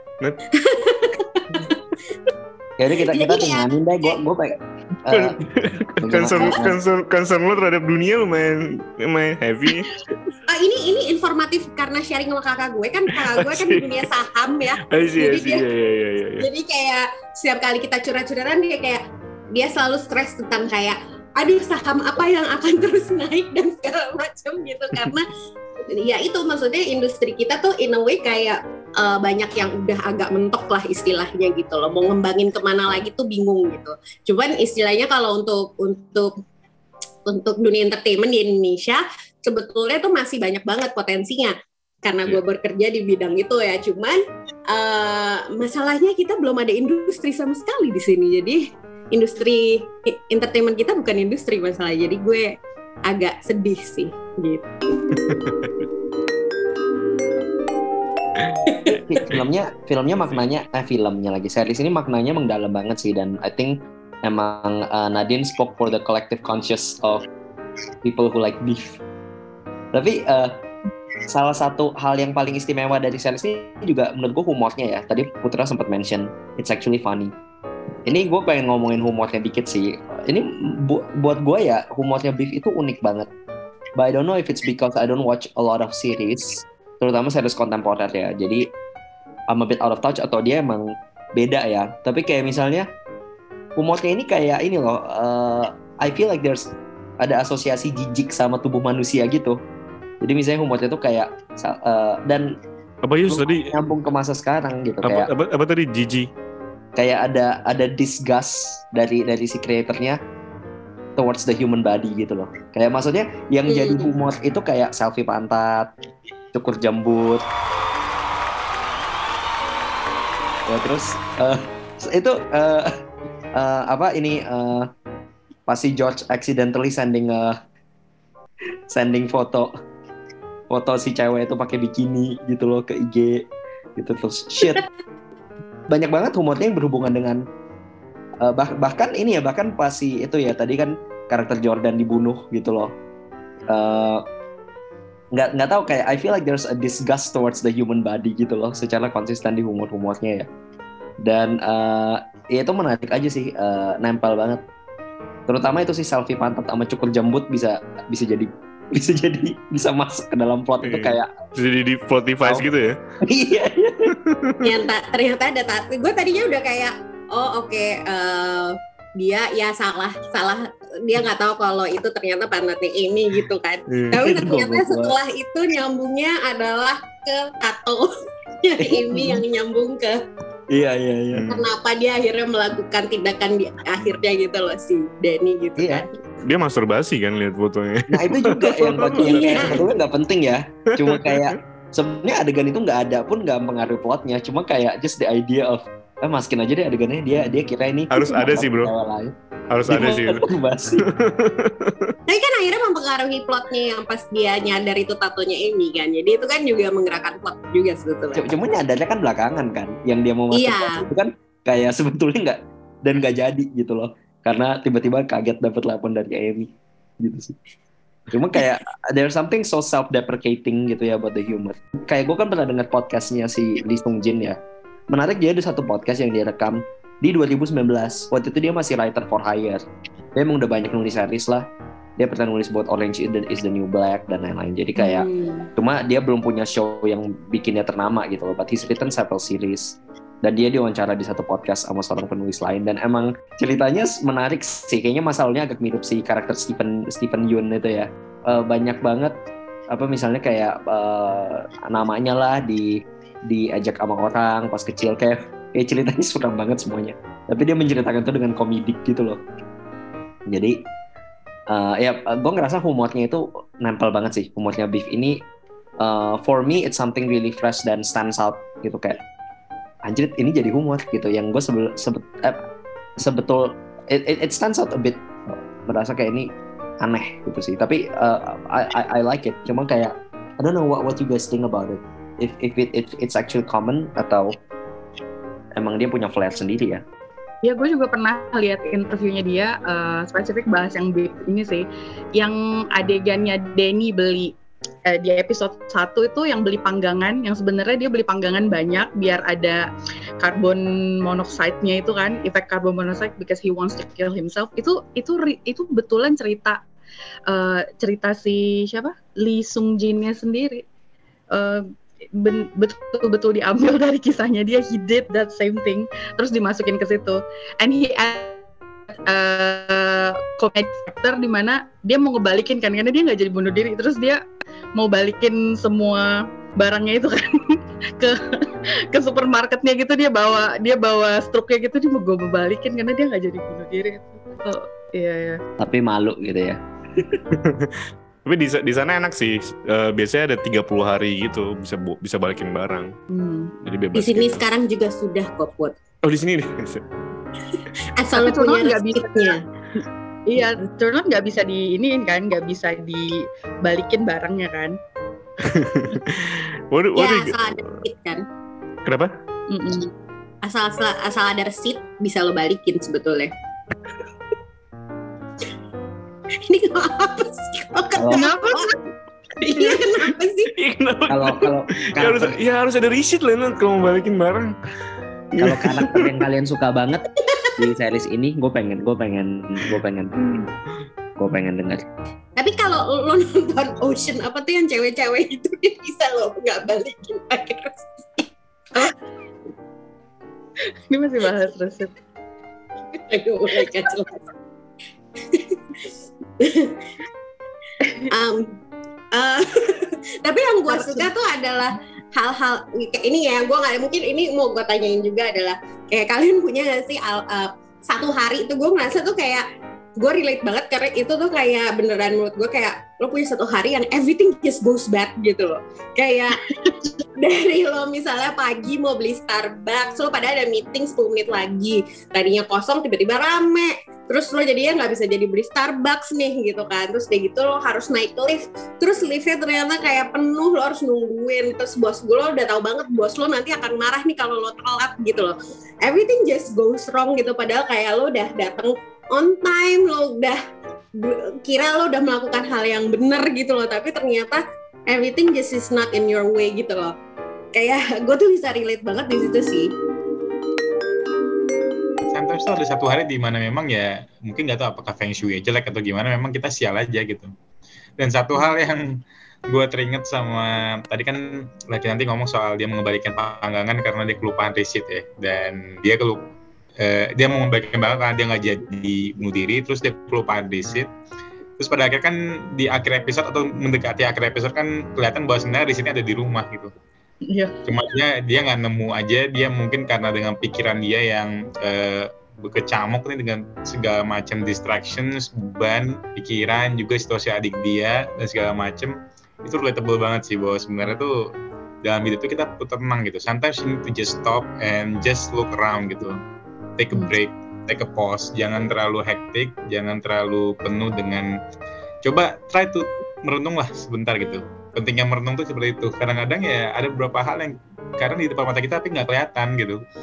S4: Jadi kita kita tinggalin deh, gue gue pengen uh,
S3: concern concern concern lo terhadap dunia lumayan lumayan heavy.
S2: Ah, ini ini informatif karena sharing sama kakak gue kan, kakak gue kan di dunia saham ya.
S3: See,
S2: jadi
S3: see,
S2: dia,
S3: yeah, yeah, yeah, yeah.
S2: jadi kayak setiap kali kita curhat-curhatan dia kayak dia selalu stres tentang kayak aduh saham apa yang akan terus naik dan segala macam gitu karena ya itu maksudnya industri kita tuh in a way kayak uh, banyak yang udah agak mentok lah istilahnya gitu loh, mau ngembangin kemana lagi tuh bingung gitu. Cuman istilahnya kalau untuk untuk untuk dunia entertainment di Indonesia sebetulnya tuh masih banyak banget potensinya karena gue bekerja di bidang itu ya. Cuman uh, masalahnya kita belum ada industri sama sekali di sini, jadi industri entertainment kita bukan industri masalah, jadi gue agak sedih sih gitu.
S4: filmnya filmnya maknanya eh filmnya lagi series ini maknanya emang dalam banget sih, dan I think emang uh, Nadine spoke for the collective conscious of people who like beef. Tapi uh, salah satu hal yang paling istimewa dari series ini juga menurut gue humornya ya. Tadi Putra sempat mention it's actually funny. Ini gue pengen ngomongin humornya dikit sih. Ini bu- buat gue ya humornya Beef itu unik banget. But I don't know if it's because I don't watch a lot of series, terutama series kontemporer ya. Jadi I'm a bit out of touch atau dia emang beda ya. Tapi kayak misalnya humornya ini kayak ini loh. Uh, I feel like there's ada asosiasi jijik sama tubuh manusia gitu. Jadi misalnya humornya tuh kayak uh, dan
S3: apa Yus tadi
S4: nyambung ke masa sekarang gitu.
S3: Apa
S4: Kayak
S3: apa, apa tadi jijik?
S4: Kayak ada ada disgust dari dari si kreatornya towards the human body gitu loh. Kayak maksudnya yang hmm. jadi humor itu kayak selfie pantat, cukur jembut. Ya terus uh, itu uh, uh, apa ini uh, pasti George accidentally sending uh, sending foto foto si cewek itu pakai bikini gitu loh ke I G gitu, terus shit. Banyak banget humornya yang berhubungan dengan uh, bah- bahkan ini ya bahkan pas si itu ya tadi kan karakter Jordan dibunuh gitu loh, nggak uh, nggak tahu kayak I feel like there's a disgust towards the human body gitu loh secara konsisten di humor-humornya ya, dan uh, ya itu menarik aja sih, uh, nempel banget, terutama itu sih selfie pantat sama cukur jembut bisa bisa jadi bisa jadi bisa masuk ke dalam plot itu kayak
S3: jadi di plot device oh. gitu ya.
S4: Iya.
S2: Ternyata ternyata ada tapi gue tadinya udah kayak oh oke okay, uh, dia ya salah salah dia nggak tahu kalau itu ternyata pantatnya ini gitu kan. Hmm. Tapi ternyata setelah itu nyambungnya adalah ke tato yang ini yang nyambung ke
S4: Iya iya iya.
S2: Kenapa dia akhirnya melakukan tindakan di akhirnya gitu loh si Danny gitu
S4: iya.
S2: kan.
S3: Dia masturbasi kan lihat fotonya.
S4: Nah itu juga yang yang kayak sebetulnya nggak penting ya. Cuma kayak sebenarnya adegan itu nggak ada pun nggak mempengaruhi plotnya. Cuma kayak just the idea of eh masukin aja deh adegannya, dia dia kira ini
S3: harus ada sih bro. Harus ada sih.
S2: Tapi kan akhirnya mempengaruhi plotnya yang pas dia nyadar itu tatonya ini kan. Jadi itu kan juga menggerakkan plot juga sebetulnya.
S4: Cuma nyadarnya kan belakangan kan. Yang dia mau masuk
S2: iya.
S4: itu kan kayak sebetulnya nggak dan nggak jadi gitu loh. Karena tiba-tiba kaget dapat telepon dari Amy gitu sih. Cuma kayak there's something so self-deprecating gitu ya about the humor. Kayak gue kan pernah dengar podcastnya si Lee Sung Jin ya. Menarik, dia ada satu podcast yang dia rekam di dua ribu sembilan belas. Waktu itu dia masih writer for hire. Dia emang udah banyak nulis series lah. Dia pernah nulis buat Orange is the New Black dan lain-lain. Jadi kayak hmm. cuma dia belum punya show yang bikinnya ternama gitu loh. But he's written several series. Dan dia diwawancara di satu podcast sama seorang penulis lain, dan emang ceritanya menarik sih. Kayaknya masalahnya agak mirip si karakter Stephen Stephen Yeun itu ya. Uh, banyak banget apa misalnya kayak uh, namanya lah di diajak sama orang pas kecil, kayak kayak ceritanya suram banget semuanya. Tapi dia menceritakan itu dengan komedik gitu loh. Jadi uh, ya gue ngerasa humornya itu nempel banget sih. Humornya Beef ini uh, for me it's something really fresh dan stands out gitu, kayak anjir ini jadi humor gitu yang gue sebel, sebet, eh, sebetul it, it, it stands out a bit, merasa kayak ini aneh gitu sih, tapi uh, I, I I like it. Cuma kayak I don't know what what you guys think about it, if if it if it's actually common atau emang dia punya flair sendiri ya.
S5: Ya, gue juga pernah lihat interviewnya dia, uh, spesifik bahas yang ini sih, yang adegannya Denny beli eh, di episode satu itu yang beli panggangan, yang sebenarnya dia beli panggangan banyak biar ada carbon monoxide-nya itu kan, efek carbon monoxide because he wants to kill himself. Itu itu itu betulan cerita uh, cerita si siapa? Lee Sung Jin-nya sendiri. Uh, Ben, betul-betul diambil dari kisahnya dia, he did that same thing terus dimasukin ke situ, and he add uh, comedy factor di mana dia mau ngebalikin kan, karena dia nggak jadi bunuh diri, terus dia mau balikin semua barangnya itu kan ke ke supermarketnya gitu, dia bawa dia bawa struknya gitu, dia mau gue balikin karena dia nggak jadi bunuh diri. Oh iya ya. Tapi
S4: malu gitu ya.
S3: Tapi di, di sana enak sih, uh, biasanya ada tiga puluh hari gitu bisa bisa balikin barang. Hmm. Jadi bebas.
S2: Di sini
S3: gitu.
S2: Sekarang juga sudah kok, Put.
S3: Oh di sini nih.
S2: Asal punya residnya.
S5: Iya, turn nggak bisa di ini kan, nggak bisa dibalikin barangnya kan.
S2: waduh, waduh. Ya asal ada receipt kan.
S3: Kenapa?
S2: Mm-mm. Asal asal asal ada receipt bisa lo balikin sebetulnya. Ini kenapa sih?
S5: Kenapa sih?
S2: Iya kenapa sih?
S4: Kalau kalau
S3: ya harus ya harus ada receipt lah kalau mau balikin barang.
S4: Kalau karakter yang kalian suka banget di series ini, gue pengen gue pengen gue pengen gue pengen dengar.
S2: Tapi kalau lo nonton Ocean apa tuh yang cewek-cewek itu, dia bisa lo nggak balikin pakai receipt.
S5: Oh. Ini masih bahas receipt.
S2: Aduh, mereka jelas. um, uh, tapi yang gue suka tuh adalah hal-hal kayak ini ya, gue nggak mungkin ini mau gue tanyain juga adalah kayak kalian punya nggak sih uh, satu hari itu gue ngerasa tuh kayak gue relate banget karena itu tuh kayak beneran menurut gue kayak lo punya satu hari yang everything just goes bad gitu loh, kayak dari lo misalnya pagi mau beli Starbucks, lo pada ada meeting sepuluh menit lagi, tadinya kosong tiba-tiba rame, terus lo jadinya nggak bisa jadi beli Starbucks nih gitu kan, terus kayak gitu lo harus naik lift, terus liftnya ternyata kayak penuh, lo harus nungguin, terus bos lo udah tahu banget bos lo nanti akan marah nih kalau lo telat gitu loh, everything just goes wrong gitu, padahal kayak lo udah datang on time, lo udah kira lo udah melakukan hal yang benar gitu loh, tapi ternyata everything just is not in your way gitu loh. Kayak gue tuh bisa relate banget di situ sih.
S6: Sometimes tuh ada satu hari di mana memang ya mungkin nggak tahu apakah feng shui jelek atau gimana, memang kita sial aja gitu. Dan satu hal yang gue teringat sama tadi kan lagi nanti ngomong soal dia mengembalikan panggangan karena dia kelupaan receipt ya, dan dia kelup uh, dia mau mengembalikan barang karena dia nggak jadi bunuh diri, terus dia kelupaan receipt. Terus pada akhirnya kan di akhir episode atau mendekati akhir episode kan kelihatan bahwa sebenarnya receipt-nya ada di rumah gitu.
S5: Iya.
S6: Cuma dia dia nggak nemu aja, dia mungkin karena dengan pikiran dia yang uh, berkecamuk nih dengan segala macam distractions, beban pikiran, juga situasi adik dia dan segala macam, itu relatable banget sih bahwa sebenarnya tuh dalam hidup itu kita perlu tenang gitu. Sometimes you need to just stop and just look around gitu, take a break, take a pause, jangan terlalu hektik, jangan terlalu penuh dengan, coba try to merenung lah sebentar gitu. Pentingnya merenung tuh seperti itu. Kadang-kadang ya ada beberapa hal yang karena di depan mata kita tapi nggak kelihatan gitu.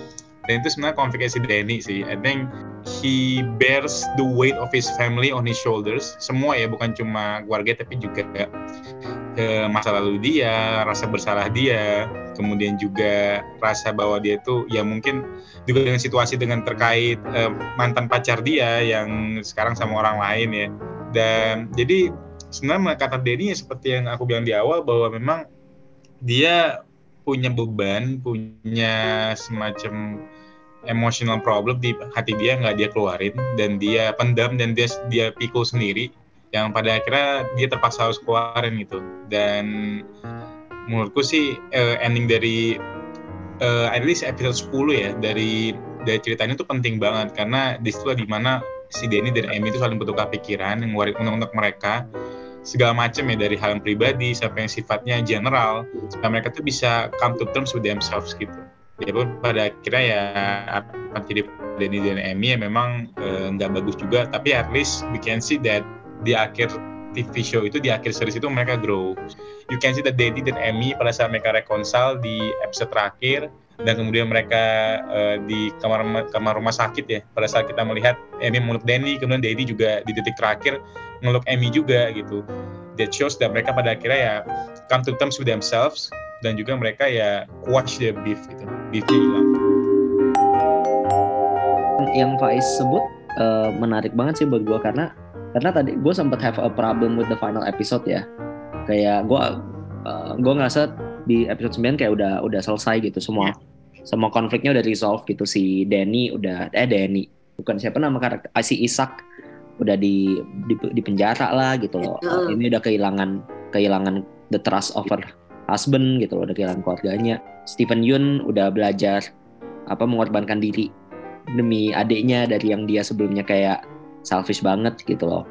S6: Dan itu sebenarnya konfliknya si Danny sih. I think he bears the weight of his family on his shoulders. Semua ya, bukan cuma keluarga tapi juga eh, masa lalu dia, rasa bersalah dia, kemudian juga rasa bahwa dia tuh ya mungkin juga dengan situasi dengan terkait eh, mantan pacar dia yang sekarang sama orang lain ya. Dan jadi sebenarnya kata Danny ya seperti yang aku bilang di awal bahwa memang dia punya beban, punya semacam emotional problem di hati dia, nggak dia keluarin dan dia pendam dan dia dia pikul sendiri yang pada akhirnya dia terpaksa harus keluarin gitu. Dan menurutku sih uh, ending dari uh, at least episode sepuluh ya dari dari cerita ini tuh penting banget karena disitulah dimana si Danny dan Amy itu saling bertukar pikiran yang ngeluarin untuk mereka segala macam ya, dari hal yang pribadi sampai yang sifatnya general, supaya mereka tuh bisa come to terms with themselves gitu. Ya pun pada akhirnya ya apa jadi Danny dan Amy ya memang nggak uh, bagus juga, tapi at least we can see that di akhir T V show itu, di akhir series itu mereka grow. You can see that Danny dan Amy pada saat mereka reconcile di episode terakhir dan kemudian mereka uh, di kamar kamar rumah sakit ya, pada saat kita melihat Amy meluk Danny, kemudian Danny juga di detik terakhir meluk Amy juga gitu. That shows that mereka pada akhirnya ya come to terms with themselves dan juga mereka ya quash their beef gitu. Beefnya hilang.
S4: Yang Faiz sebut uh, menarik banget sih buat gue karena karena tadi gue sempat have a problem with the final episode ya. Kayak gue uh, gue ngerasa di episode sembilan kayak udah udah selesai gitu semua. Yeah. Semua konfliknya udah resolve gitu. Si Danny udah eh Danny bukan siapa nama karakter si Ishak udah di di, di penjara lah gitu loh. Uh, ini udah kehilangan kehilangan the trust of her husband gitu loh, udah kehilangan keluarganya. Stephen Yeun udah belajar apa mengorbankan diri demi adiknya dari yang dia sebelumnya kayak selfish banget gitu loh.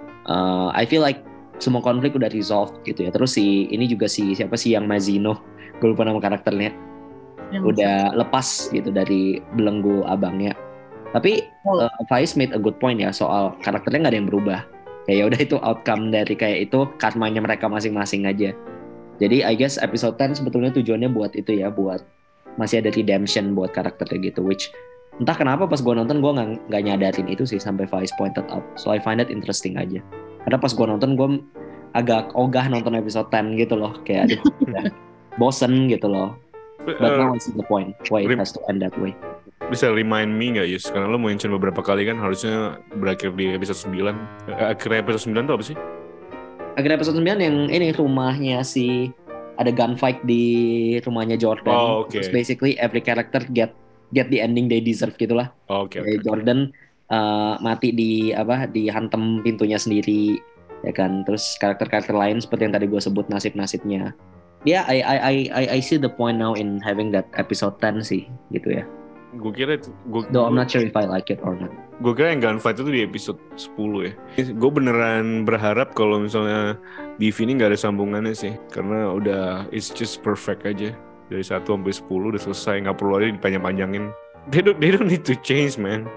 S4: Uh, I feel like semua konflik udah resolved gitu ya. Terus si ini juga si siapa sih yang Mazino, gue lupa nama karakternya, yang udah lepas gitu dari belenggu abangnya. Tapi uh, Faiz made a good point ya soal karakternya nggak ada yang berubah. Kayak udah itu outcome dari kayak itu karmanya mereka masing-masing aja. Jadi I guess episode sepuluh sebetulnya tujuannya buat itu ya, buat masih ada redemption buat karakternya gitu. Which entah kenapa pas gue nonton gue nggak nggak nyadarin itu sih sampai Faiz pointed out. So I find that interesting aja. Karena pas gue nonton gue agak ogah nonton episode sepuluh gitu loh, kayak aduh ya, bosen gitu loh. But uh, now I see the point why it has to end that way.
S3: Bisa remind me nggak Yus? Karena lo mention beberapa kali kan harusnya berakhir di episode sembilan. Akhirnya episode sembilan tuh apa sih?
S4: Akhirnya episode sembilan yang ini rumahnya si ada gunfight di rumahnya Jordan.
S3: Oh, okay.
S4: Terus basically every character get get the ending they deserve gitulah.
S3: Oh, okay, okay.
S4: Jordan uh, mati di apa dihantam pintunya sendiri ya kan. Terus karakter-karakter lain seperti yang tadi gue sebut nasib-nasibnya. Ya, yeah, I I I I see the point now in having that episode sepuluh sih gitu ya.
S3: Gue kira itu gua,
S4: Though I'm
S3: gua,
S4: not sure if I like it or not.
S3: Gue kira yang gunfight itu di episode sepuluh ya. Gue beneran berharap kalau misalnya Beef ini gak ada sambungannya sih, karena udah it's just perfect aja. Dari satu sampai sepuluh udah selesai, gak perlu lagi dipanjang-panjangin. They don't, they don't need to change, man.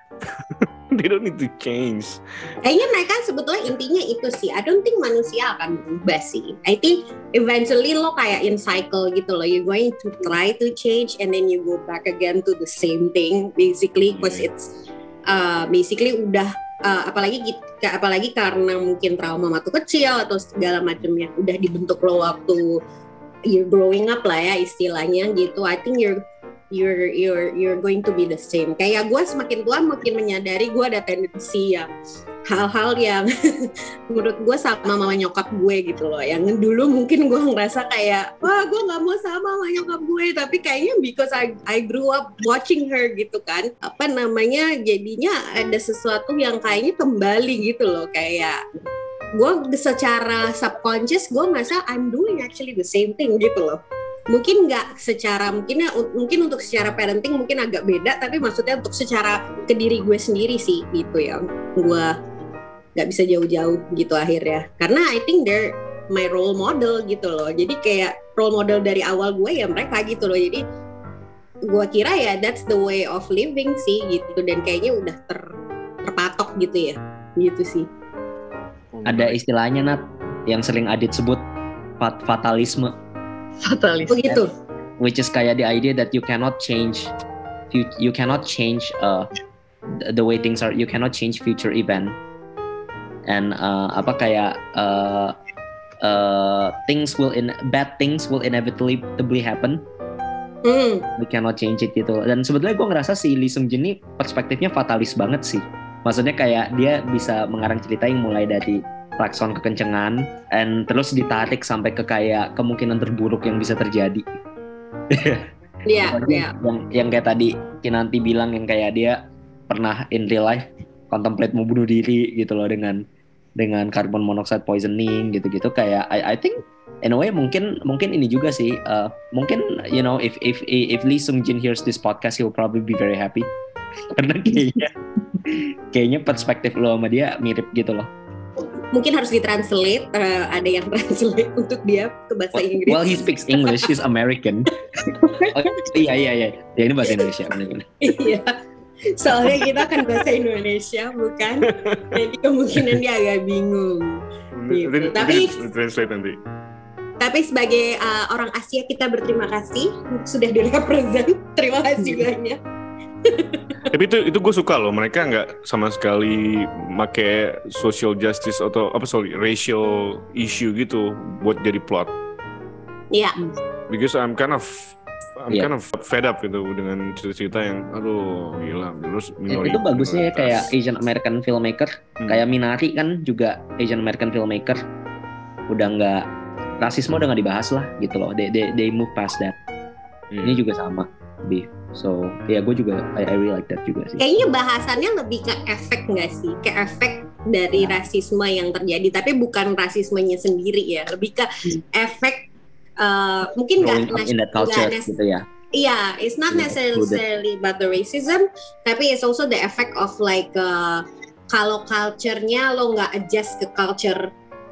S3: They don't need to change.
S2: Kayaknya mereka sebetulnya intinya itu sih. I don't think manusia akan berubah sih. I think eventually lo kayak in cycle gitu loh. You're going to try to change and then you go back again to the same thing basically because yeah. it's uh, basically udah uh, apalagi apalagi karena mungkin trauma waktu kecil atau segala macamnya udah dibentuk lo waktu you're growing up lah ya istilahnya gitu. I think you're you're you're you're going to be the same. Kayak gue semakin tua makin menyadari gue ada tendensi yang hal-hal yang menurut gue sama mama nyokap gue gitu loh. Yang dulu mungkin gue ngerasa kayak wah gue nggak mau sama mama nyokap gue, tapi kayaknya because I I grew up watching her gitu kan. Apa namanya jadinya ada sesuatu yang kayaknya kembali gitu loh, kayak gue secara subconscious gue ngerasa I'm doing actually the same thing gitu loh. Mungkin nggak secara mungkin mungkin untuk secara parenting mungkin agak beda, tapi maksudnya untuk secara ke diri gue sendiri sih gitu ya, gue nggak bisa jauh-jauh gitu akhirnya, karena I think they're my role model gitu loh. Jadi kayak role model dari awal gue ya mereka gitu loh. Jadi gue kira ya that's the way of living sih gitu, dan kayaknya udah ter, terpatok gitu ya gitu sih.
S4: Ada istilahnya Nat yang sering Adit sebut fat- fatalisme.
S5: Fatalis.
S2: Oh gitu.
S4: Which is kayak the idea that you cannot change you, you cannot change uh, the, the way things are. You cannot change future event. And uh, apa kayak uh, uh, things will in bad things will inevitably happen.
S2: Hmm.
S4: We cannot change it gitu. Dan sebetulnya gue ngerasa si Lee Seung Jin ini perspektifnya fatalis banget sih. Maksudnya kayak dia bisa mengarang cerita yang mulai dari klakson kekencengan and terus ditarik sampai ke kayak kemungkinan terburuk yang bisa terjadi.
S2: Iya, iya.
S4: Yang yang kayak tadi Kinanti bilang yang kayak dia pernah in real life contemplate mau bunuh diri gitu loh dengan dengan carbon monoxide poisoning gitu-gitu kayak I I think in a way mungkin mungkin ini juga sih uh, mungkin you know if if if Lee Seung Jin hears this podcast he will probably be very happy karena kayaknya kayaknya perspektif lo sama dia mirip gitu loh.
S2: Mungkin harus ditranslate, uh, ada yang translate untuk dia ke bahasa
S4: well,
S2: Inggris.
S4: Well, he speaks English, he's American. Oh, iya iya iya, ya ini bahasa Indonesia.
S2: Iya, soalnya kita kan bahasa Indonesia bukan, jadi kemungkinan dia agak bingung. Gitu. Tapi
S3: translate nanti.
S2: Tapi sebagai uh, orang Asia kita berterima kasih sudah direpresent. Terima kasih banyak.
S3: Tapi itu itu gue suka loh, mereka nggak sama sekali make social justice atau apa sorry racial issue gitu buat jadi plot.
S2: Iya. Yeah.
S3: Because I'm kind of I'm
S4: yeah.
S3: kind of fed up gitu dengan cerita-cerita yang aduh gila terus minoritas.
S4: Itu bagusnya ya kayak Asian American filmmaker hmm. kayak Minari kan juga Asian American filmmaker udah nggak rasisme udah nggak dibahas lah gitu loh. They they, they move past that. Hmm. Ini juga sama. Beef. So, ya yeah, gue juga I, I really like that juga sih.
S2: Kayaknya bahasannya lebih ke efek nggak sih? Ke efek dari rasisme yang terjadi, tapi bukan rasismenya sendiri ya, lebih ke efek uh, mungkin nggak
S4: in that culture
S2: nes-
S4: gitu ya.
S2: Iya, yeah, it's not necessarily about the racism, tapi it's also the effect of like uh, kalau culture-nya lo nggak adjust ke culture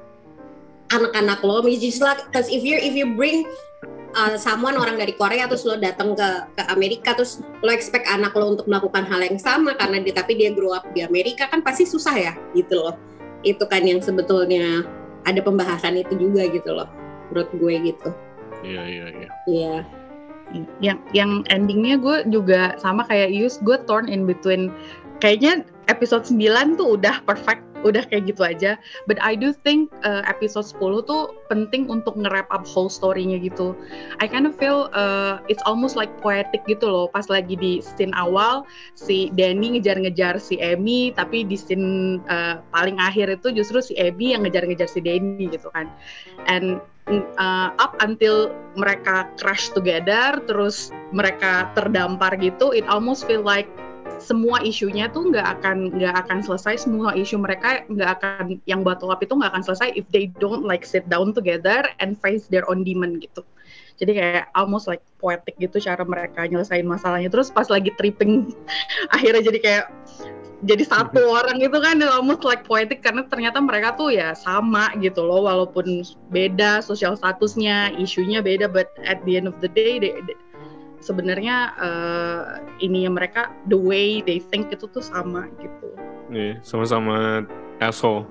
S2: anak-anak lo, which is like, because if you if you bring Uh, someone orang dari Korea terus lo datang ke ke Amerika terus lo expect anak lo untuk melakukan hal yang sama karena dia tapi dia grow up di Amerika kan pasti susah ya gitu loh. Itu kan yang sebetulnya ada pembahasan itu juga gitu loh menurut gue gitu.
S3: Iya iya iya.
S2: Iya.
S5: Yang yang endingnya gue juga sama kayak Yus, gue torn in between. Kayaknya episode sembilan tuh udah perfect, udah kayak gitu aja. But I do think uh, episode sepuluh tuh penting untuk nge-wrap up whole story-nya gitu. I kind of feel uh, it's almost like poetic gitu loh. Pas lagi di scene awal, si Danny ngejar-ngejar si Amy, tapi di scene uh, paling akhir itu justru si Amy yang ngejar-ngejar si Danny gitu kan. And uh, up until mereka crash together, terus mereka terdampar gitu, it almost feel like semua isunya tuh nggak akan nggak akan selesai, semua isu mereka nggak akan yang bottle up itu nggak akan selesai if they don't like sit down together and face their own demon gitu. Jadi kayak almost like poetic gitu cara mereka nyelesain masalahnya. Terus pas lagi tripping akhirnya jadi kayak jadi satu orang gitu kan, almost like poetic karena ternyata mereka tuh ya sama gitu loh walaupun beda sosial statusnya, isunya beda, but at the end of the day they, they, sebenarnya uh, ini mereka the way they think itu tuh sama gitu.
S3: Iya, sama-sama asshole.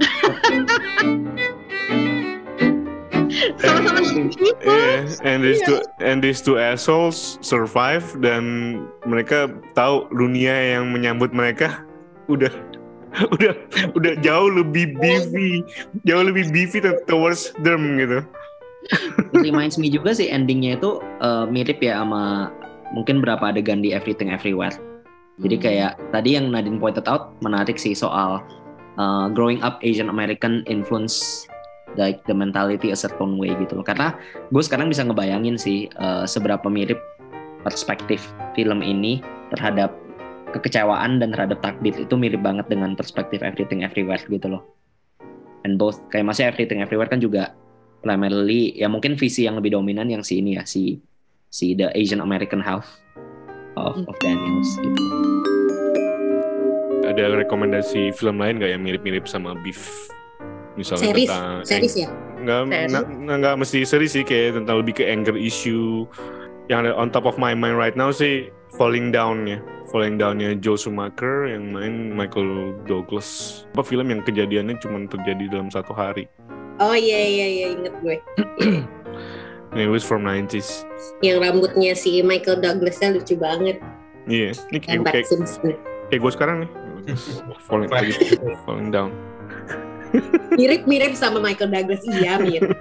S5: Sama-sama people.
S3: Yeah, and these two and these two assholes survive dan mereka tahu dunia yang menyambut mereka udah udah udah jauh lebih beefy, jauh lebih beefy towards them gitu.
S4: It reminds me juga sih endingnya itu uh, mirip ya sama mungkin berapa adegan di Everything Everywhere. Jadi kayak tadi yang Nadine pointed out menarik sih soal uh, growing up Asian American influence like the mentality a certain way gitu loh. Karena gue sekarang bisa ngebayangin sih uh, seberapa mirip perspektif film ini terhadap kekecewaan dan terhadap takdir itu mirip banget dengan perspektif Everything Everywhere gitu loh. And both kayak masih Everything Everywhere kan juga primarily ya mungkin visi yang lebih dominan yang si ini ya si si the Asian American half of of Daniels gitu.
S3: Ada rekomendasi film lain nggak yang mirip-mirip sama Beef? Misalnya
S2: series,
S3: tentang
S2: series ya?
S3: Nggak, nggak, nggak mesti series sih, kayak tentang lebih ke anger issue. Yang ada on top of my mind right now sih Falling Down ya, Falling Down-nya Joel Schumacher yang main Michael Douglas. Apa film yang kejadiannya cuma terjadi dalam satu hari?
S2: Oh iya iya iya inget gue.
S3: It was from nineties.
S2: Yang rambutnya si Michael Douglas-nya lucu banget.
S3: Iya, ini
S2: Dan
S3: kayak
S2: Bart
S3: kayak,
S2: Simpson.
S3: kayak gue sekarang nih. falling lagi, falling down.
S2: Mirip-mirip sama Michael Douglas, iya mirip.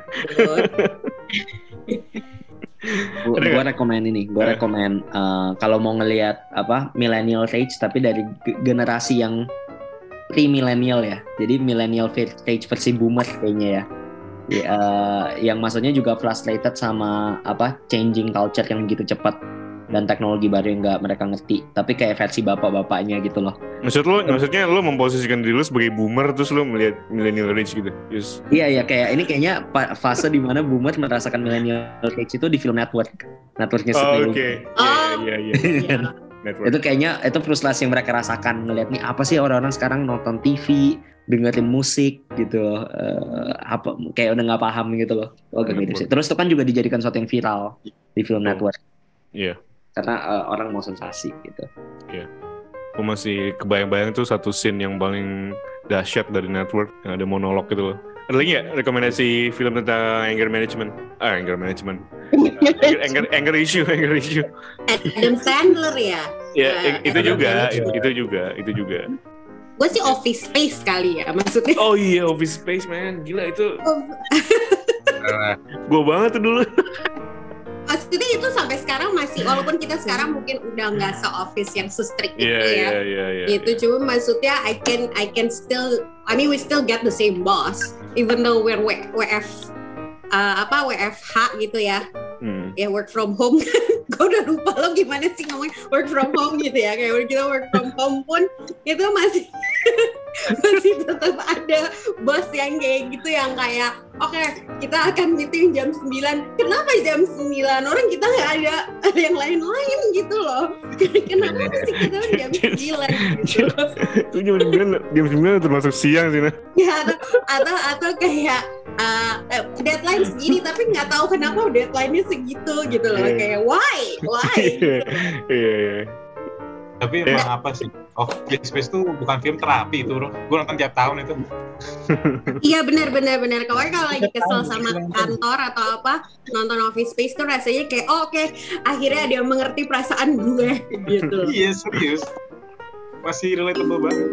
S4: Gue
S3: Ada
S4: gue
S3: nggak?
S4: rekomen ini, gue
S3: Eh.
S4: rekomen eh, kalau mau ngelihat apa millennial stage tapi dari ge- generasi yang pre-millennial ya. Jadi millennial stage versi boomer kayaknya ya. Ya, eh, yang maksudnya juga frustrated sama apa changing culture yang begitu cepat dan teknologi baru yang nggak mereka ngerti. Tapi kayak versi bapak-bapaknya gitu loh.
S3: Maksud lo, maksudnya lo memposisikan diri lo sebagai boomer terus lo melihat millennial age gitu. Yes.
S4: Iya iya kayak ini kayaknya pa- fase di mana boomer merasakan millennial stage itu di film network. Networknya
S3: Oh,
S4: Spielberg.
S3: oke.
S2: Oh.
S3: Iya, iya, iya. Network.
S4: Itu kayaknya itu frustrasi yang mereka rasakan ngelihat nih apa sih orang-orang sekarang nonton T V, dengerin musik gitu, eh, apa kayak udah nggak paham gitu loh. Oh, agak mirip sih. Terus itu kan juga dijadikan sesuatu yang viral di film
S3: Oh.
S4: network
S3: Iya.
S4: karena eh, orang mau sensasi gitu.
S3: Gue masih kebayang-bayang tuh satu scene yang paling dahsyat dari network yang ada monolog gitu loh. Ada lagi nggak rekomendasi film tentang anger management? Ah, anger management. anger, anger, anger issue, anger issue.
S2: Adam Sandler ya.
S3: Ya,
S2: Nah,
S3: itu
S2: anger
S3: juga,
S2: management.
S3: itu juga, itu juga.
S2: Gue sih Office Space kali ya maksudnya.
S3: Oh iya, Office Space man, gila itu.
S6: Nah,
S3: Gue banget tuh dulu.
S2: Maksudnya itu sampai sekarang masih, walaupun kita sekarang mungkin udah nggak se-office yang se-strict itu
S3: Iya,
S2: ya.
S3: iya, iya, iya.
S2: Gitu, cuma maksudnya I can I can still, I mean we still get the same boss even though we're W- WF uh, apa W F H gitu ya.
S3: Hmm.
S2: Ya work from home. Gue udah lupa lo gimana sih ngomong work from home gitu ya, kayak kita work from home pun itu masih masih tetap ada bos yang kayak gitu yang kayak oke okay, kita akan meeting jam sembilan. Kenapa jam sembilan? Orang kita nggak ada ada yang lain-lain gitu loh. Kenapa sih kita jam sembilan gitu?
S3: Itu jam sembilan, jam sembilan termasuk siang sih, nah.
S2: Ya atau atau, atau kayak uh, deadline segini tapi nggak tahu kenapa deadline-nya segitu gitu loh.
S3: Iya.
S2: Kayak why? Why?
S3: Iya, iya.
S6: tapi
S3: Eh.
S6: emang apa sih? Office Space tuh bukan film terapi itu bro. Gue nonton tiap tahun itu.
S2: Iya benar benar benar. Kalau kalau lagi kesel sama kantor atau apa nonton Office Space tuh rasanya kayak oh, oke okay, akhirnya ada yang mengerti perasaan gue gitu.
S6: Iya serius. Masih relatable banget.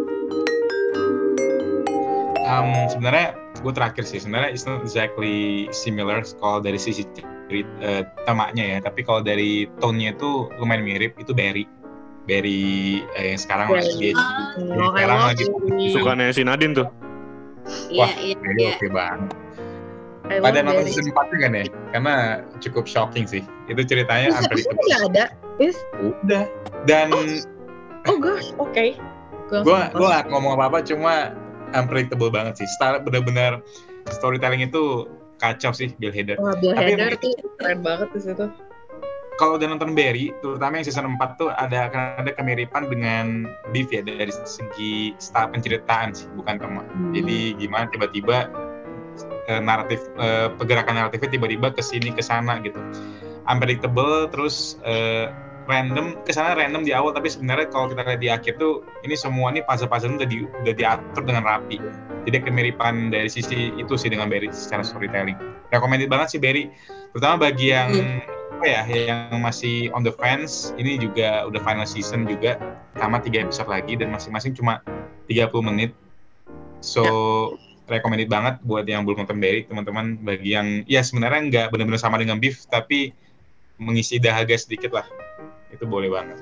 S6: Um, sebenarnya gue terakhir sih. Sebenarnya it's not exactly similar kalau dari sisi uh, temanya ya. Tapi kalau dari tone-nya itu lumayan mirip. Itu Barry. Barry eh, yang sekarang
S5: Barry.
S6: lagi dia
S5: Oh, I
S6: sekarang
S5: love
S6: lagi
S5: Barry.
S3: Sukanya si Nadine tuh.
S2: Iya
S6: Wah,
S2: iya
S6: Barry
S2: iya.
S6: oke banget.
S5: I love
S6: Pada nonton
S5: Barry.
S6: season empat kan ya? Karena cukup shocking sih. Itu ceritanya
S5: Terus
S6: unpredictable.
S5: itu nggak ada? Is
S6: Udah. Dan
S5: oh gosh, oke. Okay.
S6: gue gue gak ngomong apa-apa, cuma unpredictable banget sih. Style bener-bener storytelling itu kacau sih Bill Hader.
S5: Wah, Bill
S6: Tapi
S5: Hader
S6: emang-
S5: tuh keren banget di situ.
S6: Kalau udah nonton Barry, terutama yang season empat tuh ada akan ada kemiripan dengan Beef ya dari segi style penceritaan sih, bukan tema.
S5: Hmm.
S6: Jadi gimana tiba-tiba eh, naratif eh, pergerakan naratifnya tiba-tiba ke sini ke sana gitu. Unpredictable terus eh, random kesana random di awal, tapi sebenarnya kalau kita lihat di akhir tuh ini semua nih puzzle-puzzle udah di, udah diatur dengan rapi. Jadi kemiripan dari sisi itu sih dengan Barry secara storytelling. Recommended banget sih Barry, terutama bagi yang apa ya yang masih on the fence. Ini juga udah final season juga, sama tiga episode lagi dan masing-masing cuma tiga puluh menit. So recommended banget buat yang belum nonton Barry, teman-teman. Bagi yang ya sebenarnya nggak benar-benar sama dengan Beef, tapi mengisi dahaga sedikit lah, itu boleh banget.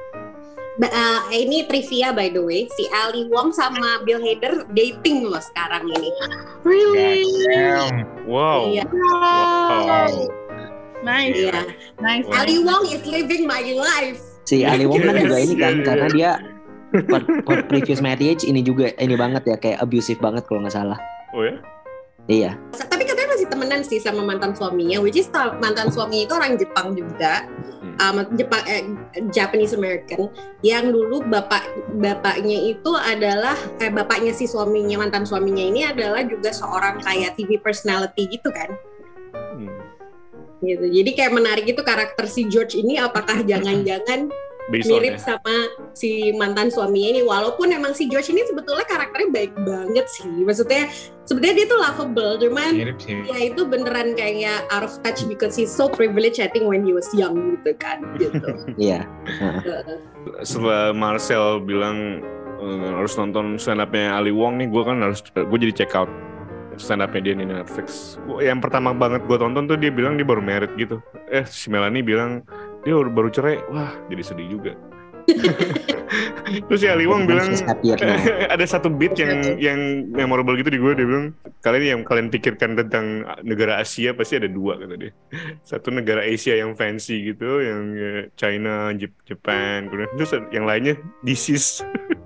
S2: Ba- uh, ini trivia by the way, si Ali Wong sama Bill Hader dating loh sekarang ini.
S5: Really?
S6: Damn.
S3: Wow.
S2: Iya.
S3: Wow.
S5: Nice,
S2: Iya.
S5: nice.
S3: Wow.
S2: Ali Wong is living my life.
S4: Si Ali Wong kan
S3: Yes,
S4: juga ini kan
S3: yes,
S4: karena
S3: yes.
S4: dia per, per previous marriage ini juga ini banget ya kayak abusive banget kalau nggak salah.
S3: Oh ya?
S4: Iya.
S2: Tapi katanya masih temenan sih sama mantan suaminya, which is ta- mantan suaminya itu orang Jepang juga, um, Jepang eh, Japanese American, yang dulu bapak bapaknya itu adalah eh, bapaknya si suaminya mantan suaminya ini adalah juga seorang kayak T V personality gitu kan.
S3: Hmm.
S2: Gitu. Jadi kayak menarik itu karakter si George ini apakah jangan-jangan
S3: Based on
S2: mirip
S3: ya.
S2: sama si mantan suaminya ini. Walaupun emang si Josh ini sebetulnya karakternya baik banget sih. Maksudnya sebenarnya dia tuh lovable, cuman
S6: Mirip sih.
S2: ya itu beneran kayak out of touch because he's so privileged I think when he was young gitu kan. Gitu.
S4: Iya.
S3: Setelah Marcel bilang uh, harus nonton stand up-nya Ali Wong nih, gue kan harus gue jadi check out stand up-nya dia nih di Netflix. Gua, yang pertama banget gue tonton tuh dia bilang dia baru married gitu. Eh si Melanie bilang dia baru, baru cerai. Wah jadi sedih juga. Terus si Ali Wong bilang ada satu beat yang yang memorable gitu di gue. Dia bilang kalian yang kalian pikirkan tentang negara Asia pasti ada dua kata dia. Satu negara Asia yang fancy gitu, yang China, Japan, terus yang lainnya disease.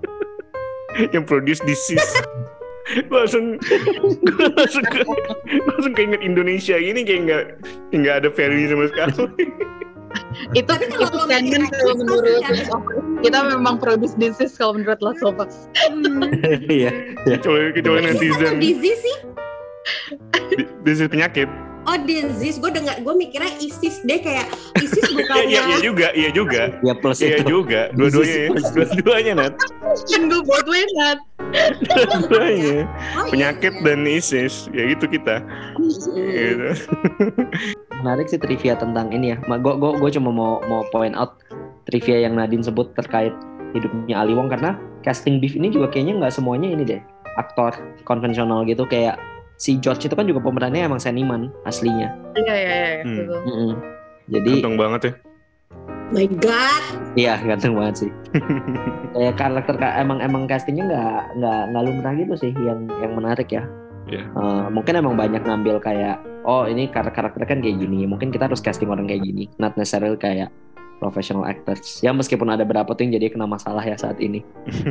S3: Yang produce disease. Gue langsung gue langsung gue langsung keinget Indonesia ini kayak nggak nggak ada value sama sekali.
S5: Itu
S2: Tapi kalau
S5: itu
S2: lo
S5: canon
S2: mikir
S5: kalau
S2: eksis
S5: menurut
S2: pasti
S5: Last of Us. Kita memang produce disease kalau menurut Last of Us.
S4: Iya.
S3: Kecuali kecuali netizen.
S2: Disease sih?
S3: Di- Disease penyakit.
S2: Oh disease, gue dengar, gue mikirnya ISIS deh kayak ISIS
S3: Iya
S2: bukannya.
S3: iya iya juga, iya juga.
S4: Ya plus
S3: Iya
S4: itu.
S3: juga, dua-duanya, ya. dua-duanya Nat,
S5: Kan gue buat Nat.
S3: dua-duanya.
S2: Oh, iya.
S3: Penyakit dan ISIS, ya gitu kita. Gitu.
S4: Menarik sih trivia tentang ini ya. Gue gue gue cuma mau mau point out trivia yang Nadine sebut terkait hidupnya Ali Wong, karena casting Beef ini juga kayaknya nggak semuanya ini deh aktor konvensional gitu. Kayak si George itu kan juga pemerannya emang seniman aslinya.
S5: Iya iya iya.
S3: Hmm.
S5: betul.
S4: Mm-mm. Jadi
S3: Ganteng banget ya.
S2: My God.
S4: iya ganteng banget sih. Kayak karakter emang emang castingnya nggak nggak nggak lumrah gitu sih, yang yang menarik ya.
S3: Iya.
S4: Uh, mungkin emang banyak ngambil kayak oh ini karakter kan kayak gini, mungkin kita harus casting orang kayak gini, not necessarily kayak professional actors. Ya meskipun ada berapa tuh yang jadi kena masalah ya saat ini.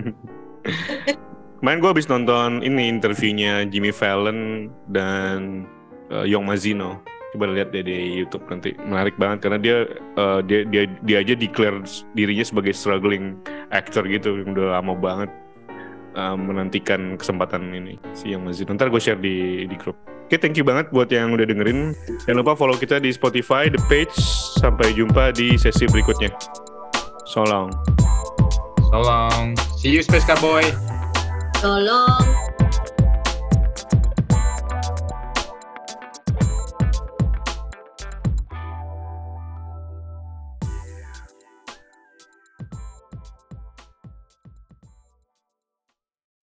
S3: Kemarin gue habis nonton ini interviewnya Jimmy Fallon dan uh, Yong Mazino. Coba lihat deh di YouTube nanti, menarik banget karena dia uh, dia dia dia aja declare dirinya sebagai struggling actor gitu, yang udah lama banget uh, menantikan kesempatan ini si Yong Mazino. Ntar gue share di di grup. Oke, thank you banget buat yang udah dengerin. Jangan lupa follow kita di Spotify, The Page. Sampai jumpa di sesi berikutnya. So long.
S6: So long. See you Space Cowboy.
S2: Tolong.